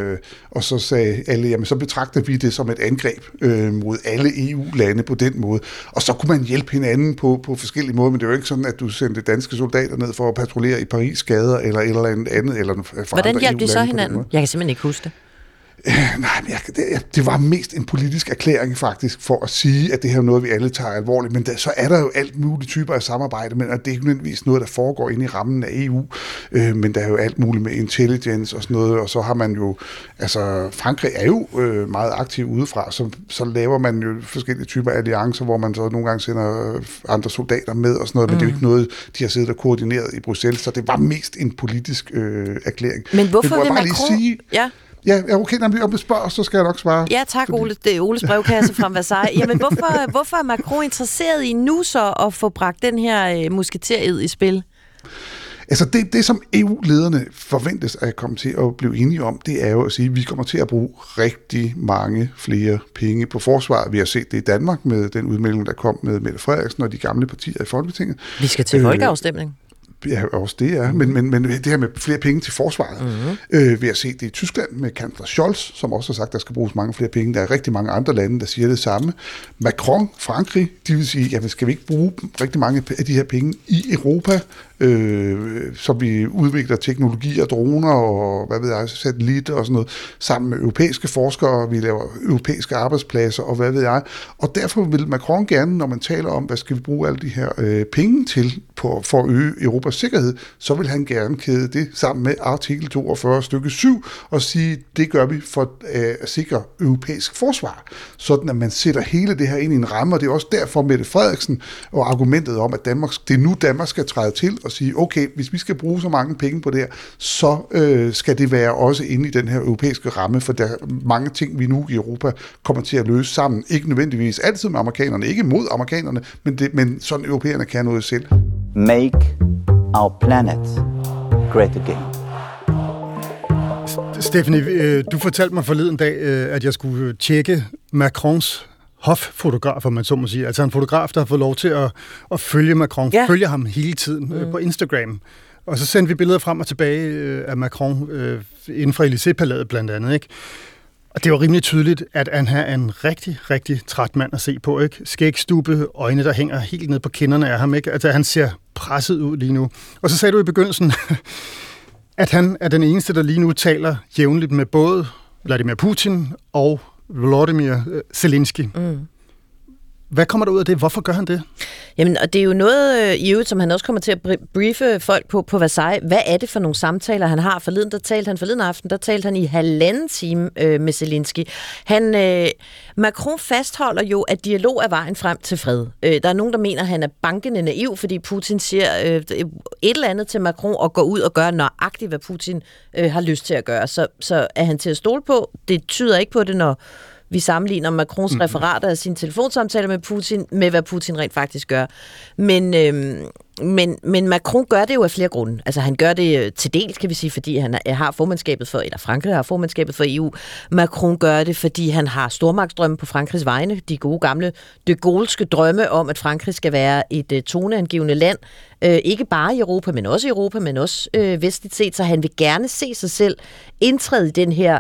sagde alle, jamen så betragter vi det som et angreb mod alle EU-lande på den måde, og så kunne man hjælpe hinanden på forskellige måder, men det er jo ikke sådan, at du sendte danske soldater ned for at patruljere i Paris gader, eller et eller andet, eller for hvordan hjalp de så hinanden? Jeg kan simpelthen ikke huske det. Nej, men det var mest en politisk erklæring faktisk, for at sige, at det her er noget, vi alle tager alvorligt, men så er der jo alt mulige typer af samarbejde, men det er ikke nødvendigvis noget, der foregår inde i rammen af EU, men der er jo alt muligt med intelligence og sådan noget, og så har man jo, altså Frankrig er jo meget aktiv udefra, så laver man jo forskellige typer af alliancer, hvor man så nogle gange sender andre soldater med og sådan noget, men det er jo ikke noget, de har siddet og koordineret i Bruxelles, så det var mest en politisk erklæring. Men hvorfor vil Macron... Ja, okay, når vi spørger, så skal jeg nok svare. Ja, tak, Ole. Det er Oles brevkasse fra Versailles. Jamen, hvorfor er Macron interesseret i nu så at få bragt den her musketered i spil? Altså det, som EU-lederne forventes at komme til at blive enige om, det er jo at sige, at vi kommer til at bruge rigtig mange flere penge på forsvaret. Vi har set det i Danmark med den udmelding, der kom med Mette Frederiksen og de gamle partier i Folketinget. Vi skal til folkeafstemning. Ja, også det er. Men det her med flere penge til forsvaret. Vi har set det i Tyskland med kansler Scholz, som også har sagt, at der skal bruges mange flere penge. Der er rigtig mange andre lande, der siger det samme. Macron, Frankrig, de vil sige, jamen skal vi ikke bruge rigtig mange af de her penge i Europa, så vi udvikler teknologier, droner og hvad ved jeg, satellitter og sådan noget, sammen med europæiske forskere, vi laver europæiske arbejdspladser og hvad ved jeg. Og derfor vil Macron gerne, når man taler om, hvad skal vi bruge alle de her penge til for at øge Europas sikkerhed, så vil han gerne kæde det sammen med artikel 42 stykke 7 og sige, det gør vi for at sikre europæisk forsvar, sådan at man sætter hele det her ind i en ramme, og det er også derfor Mette Frederiksen og argumentet om, at det er nu Danmark skal træde til og sige, okay, hvis vi skal bruge så mange penge på det her, så skal det være også inde i den her europæiske ramme, for der er mange ting, vi nu i Europa kommer til at løse sammen. Ikke nødvendigvis altid med amerikanerne, ikke mod amerikanerne, men sådan europæerne kan noget selv. Make our planet great again. Stephanie, du fortalte mig forleden dag, at jeg skulle tjekke Macrons hoffotograf, om man så må sige. Altså en fotograf, der har fået lov til at følge Macron, følge ham hele tiden på Instagram. Og så sendte vi billeder frem og tilbage af Macron inden for Élysée-palæet blandt andet, ikke? Og det var rimelig tydeligt, at han er en rigtig, rigtig træt mand at se på, ikke? Skægstube, øjne, der hænger helt ned på kinderne af ham, ikke? Altså, han ser presset ud lige nu. Og så sagde du i begyndelsen, at han er den eneste, der lige nu taler jævnligt med både Vladimir Putin og Volodymyr Zelensky. Hvad kommer der ud af det? Hvorfor gør han det? Jamen, og det er jo noget i øvrigt, som han også kommer til at briefe folk på Versailles. Hvad er det for nogle samtaler, han har? Forleden aften, der talte han i 1,5 time med Zelensky. Macron fastholder jo, at dialog er vejen frem til fred. Der er nogen, der mener, at han er bankende naiv, fordi Putin siger et eller andet til Macron og går ud og gør nøjagtigt, hvad Putin har lyst til at gøre. Så er han til at stole på? Det tyder ikke på det, når vi sammenligner Macrons referater af sine telefonsamtaler med Putin, med hvad Putin rent faktisk gør. Men Macron gør det jo af flere grunde. Altså han gør det til dels, kan vi sige, fordi han har formandskabet for, eller Frankrig har formandskabet for EU. Macron gør det, fordi han har stormagtsdrømme på Frankrigs vegne. De gode gamle de Gaulleske drømme om, at Frankrig skal være et toneangivende land. Ikke bare i Europa, men også i Europa, men også vestligt set. Så han vil gerne se sig selv indtræde i den her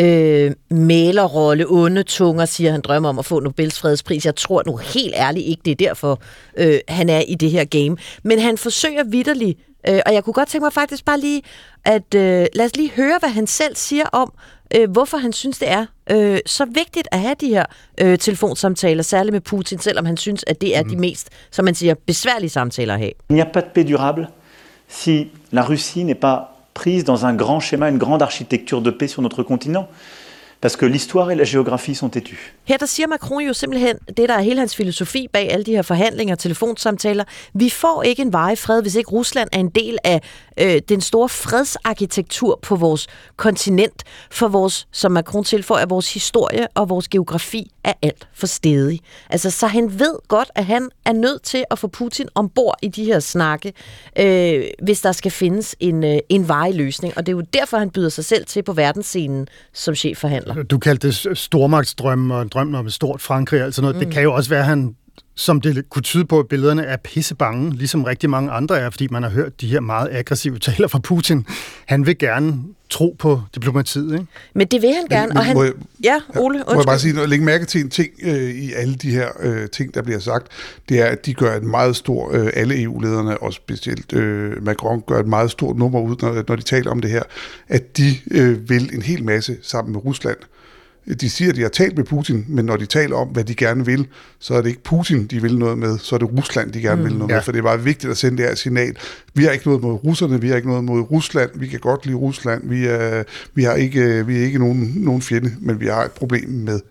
mælerrolle, onde tunger, siger han drømmer om at få Nobels fredspris. Jeg tror nu helt ærligt ikke, det er derfor, han er i det her game. Men han forsøger vitterligt, og jeg kunne godt tænke mig faktisk bare lige, at lad os lige høre, hvad han selv siger om, hvorfor han synes, det er så vigtigt at have de her telefonsamtaler, særligt med Putin, selvom han synes, at det er de mest, som man siger, besværlige samtaler at have. Il n'y a pas de paix durable si la Russie n'est pas prise dans un grand schéma, une grande architecture de paix sur notre continent. Parce que l'histoire et la géographie sont têtues. Her der siger Macron jo simpelthen, det der er hele hans filosofi bag alle de her forhandlinger, telefonsamtaler. Vi får ikke en varig fred, hvis ikke Rusland er en del af den store fredsarkitektur på vores kontinent. For vores, som Macron tilføjer, vores historie og vores geografi er alt for stedig. Altså, så han ved godt, at han er nødt til at få Putin ombord i de her snakke, hvis der skal findes en varig løsning. Og det er jo derfor, han byder sig selv til på verdensscenen som chefforhandler. Du kaldte det stormagtsdrømme og drømmen om et stort Frankrig, altså noget. Det kan jo også være, han, som det kunne tyde på, at billederne er pissebange, ligesom rigtig mange andre er, fordi man har hørt de her meget aggressive taler fra Putin. Han vil gerne tro på diplomatiet, ikke? Men det vil han gerne, og han... Ole, undskyld. Må jeg bare sige, lægge mærke til en ting i alle de her ting, der bliver sagt, det er, at de gør et meget stort, alle EU-lederne, og specielt Macron, gør et meget stort nummer ud, når de taler om det her, at de vil en hel masse sammen med Rusland. De siger, at de har talt med Putin, men når de taler om, hvad de gerne vil, så er det ikke Putin, de vil noget med, så er det Rusland, de gerne vil noget med, for det er bare vigtigt at sende det her signal. Vi har ikke noget mod russerne, vi har ikke noget mod Rusland, vi kan godt lide Rusland, vi er ikke nogen fjende, men vi har et problem med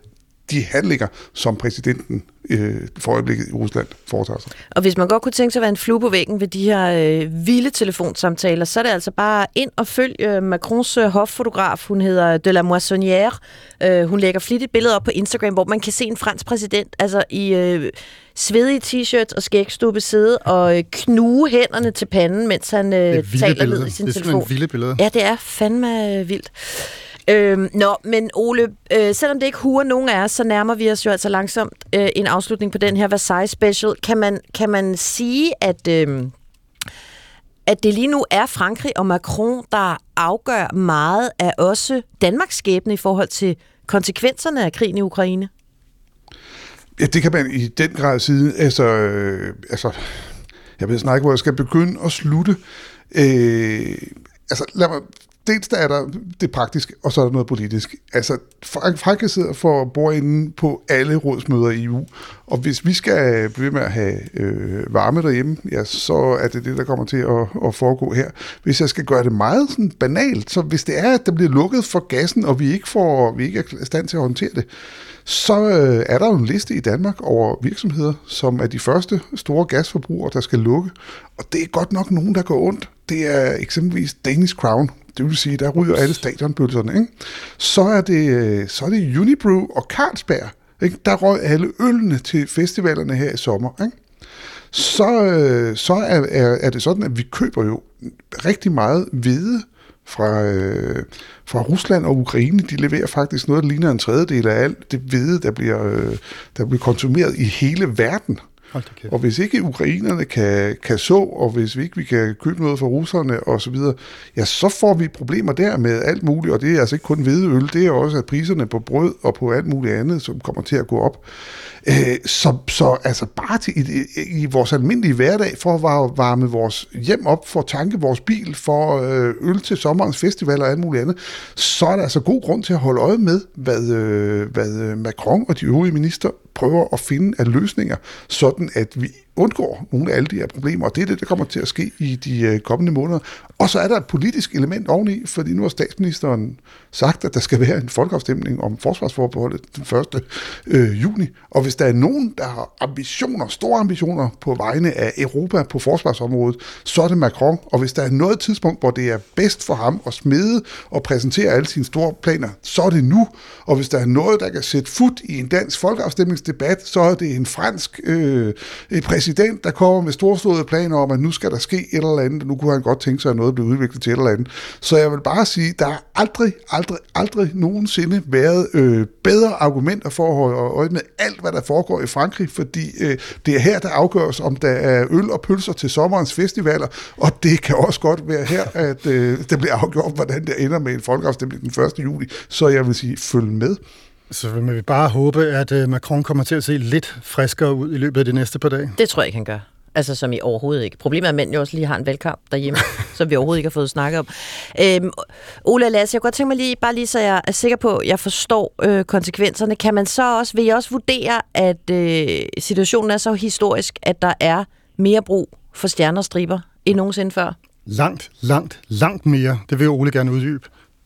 de handlinger, som præsidenten for øjeblikket i Rusland foretager sig. Og hvis man godt kunne tænke sig at være en flue på væggen ved de her vilde telefonsamtaler, så er det altså bare ind og følg Macrons hoffotograf. Hun hedder De la Moissonnière. Hun lægger flittigt billeder op på Instagram, hvor man kan se en fransk præsident altså i svedige t-shirts og skægstubbe sidde og knuge hænderne til panden, mens han taler ned i sin telefon. Det er vilde billeder. Ja, det er fandme vildt. Men Ole, selvom det ikke huer nogen af os, så nærmer vi os jo altså langsomt en afslutning på den her Versailles Special. Kan man sige, at det lige nu er Frankrig og Macron, der afgør meget af også Danmarks skæbne i forhold til konsekvenserne af krigen i Ukraine? Ja, det kan man i den grad sige. Altså, jeg ved snart ikke, hvor jeg skal begynde og slutte. Lad mig... Dels der er der det praktiske, og så er der noget politisk. Altså, Frankrig sidder for bordenden på alle rådsmøder i EU, og hvis vi skal blive ved med at have varme derhjemme, ja, så er det det, der kommer til at foregå her. Hvis jeg skal gøre det meget sådan banalt, så hvis det er, at der bliver lukket for gassen, og vi ikke er i stand til at håndtere det, så er der jo en liste i Danmark over virksomheder, som er de første store gasforbrugere, der skal lukke. Og det er godt nok nogen, der går ondt. Det er eksempelvis Danish Crown. Det vil sige, der ryger alle stadionpølserne, ikke? Så er det Unibrew og Carlsberg, ikke? Der røg alle ølene til festivalerne her i sommer, ikke? Så er det sådan, at vi køber jo rigtig meget hvede fra Rusland og Ukraine. De leverer faktisk noget, der ligner en tredjedel af alt det hvede, der bliver konsumeret i hele verden. Og hvis ikke ukrainerne kan så, og hvis vi ikke kan købe noget fra russerne og så videre, ja, så får vi problemer der med alt muligt, og det er altså ikke kun hvedeøl, det er også at priserne på brød og på alt muligt andet, som kommer til at gå op. Så altså bare i vores almindelige hverdag, for at varme vores hjem op, for at tanke vores bil, for øl til sommerens festival og alt muligt andet, så er der altså god grund til at holde øje med, hvad Macron og de øvrige minister prøver at finde af løsninger, sådan at vi undgår nogle af alle de her problemer, og det er det, der kommer til at ske i de kommende måneder. Og så er der et politisk element oveni, fordi nu har statsministeren sagt, at der skal være en folkeafstemning om forsvarsforbeholdet den 1. juni, og hvis der er nogen, der har store ambitioner på vegne af Europa på forsvarsområdet, så er det Macron, og hvis der er noget tidspunkt, hvor det er bedst for ham at smide og præsentere alle sine store planer, så er det nu, og hvis der er noget, der kan sætte fod i en dansk folkeafstemningsdebat, så er det en fransk præsident, der kommer med storslåede planer om, at nu skal der ske et eller andet, nu kunne han godt tænke sig, at noget bliver udviklet til et eller andet. Så jeg vil bare sige, der er aldrig nogensinde været bedre argumenter for at holde øje med alt, hvad der foregår i Frankrig, fordi det er her, der afgøres, om der er øl og pølser til sommerens festivaler, og det kan også godt være her, at det bliver afgjort, hvordan det ender med en folkeafstemning den 1. juli. Så jeg vil sige, følg med. Så vil vi bare håbe, at Macron kommer til at se lidt friskere ud i løbet af de næste par dage. Det tror jeg ikke, han gør. Altså som i overhovedet ikke. Problemet er, at mænd jo også lige har en valgkamp derhjemme, som vi overhovedet ikke har fået snakket om. Ola og Lasse, jeg kunne godt tænke mig bare lige, så jeg er sikker på, at jeg forstår konsekvenserne. Kan man så også, vil I også vurdere, at situationen er så historisk, at der er mere brug for stjerner og striber end nogensinde før? Langt mere. Det vil Ole gerne uddybe.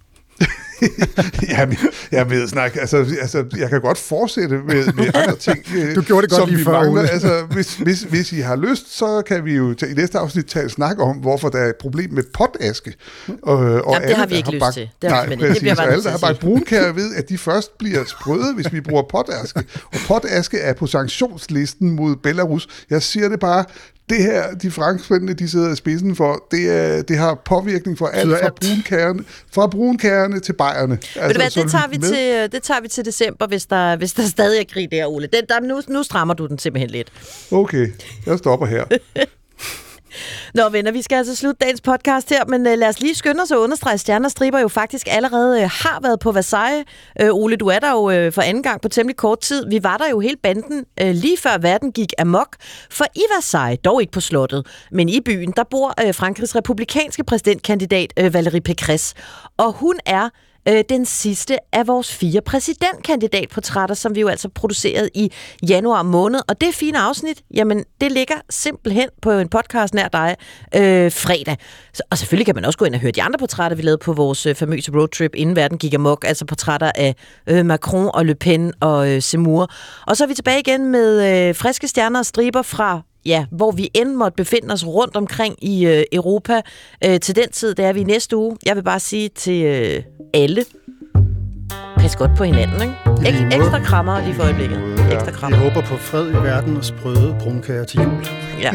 jeg ved snakke, altså jeg kan godt fortsætte med andre ting, du gjorde det godt lige før, Ole. Altså, hvis I har lyst, så kan vi jo i næste afsnit tage en snak om, hvorfor der er et problem med potaske. Og jamen, det har vi ikke lyst til. Det bliver alle, der har bagt brunkær, ved, at de først bliver sprøde, hvis vi bruger potaske. Og potaske er på sanktionslisten mod Belarus. Jeg siger det bare, det her, de franskmændene, de sidder i spidsen for, det har påvirkning for alt fra brunkærerne til bajerne. Altså, det tager vi til december, hvis der stadig er krig der, Ole. Nu strammer du den simpelthen lidt. Okay, jeg stopper her. Nå venner, vi skal altså slutte dagens podcast her, men lad os lige skynde os og understrege, stjerner og striber jo faktisk allerede har været på Versailles. Ole, du er der jo for anden gang på temmelig kort tid. Vi var der jo hele banden lige før verden gik amok. For i Versailles, dog ikke på slottet, men i byen, der bor Frankrigs republikanske præsidentkandidat Valérie Pécresse. Og hun er den sidste af vores 4 præsidentkandidatportrætter, som vi jo altså producerede i januar måned. Og det fine afsnit, jamen det ligger simpelthen på en podcast nær dig fredag. Og selvfølgelig kan man også gå ind og høre de andre portrætter, vi lavede på vores famøse roadtrip, inden verden gik amok. Altså portrætter af Macron og Le Pen og Zemmour. Og så er vi tilbage igen med friske stjerner og striber fra hvor vi end måtte befinde os rundt omkring i Europa. Til den tid, der er vi næste uge. Jeg vil bare sige til alle, pas godt på hinanden, ikke? Ekstra krammer lige for øjeblikket. Ekstra krammer. Vi håber på fred i verden og sprøde brunkager til jul. Ja.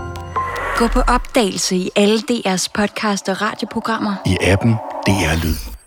Gå på opdagelse i alle DR's podcast og radioprogrammer. I appen DR Lyd.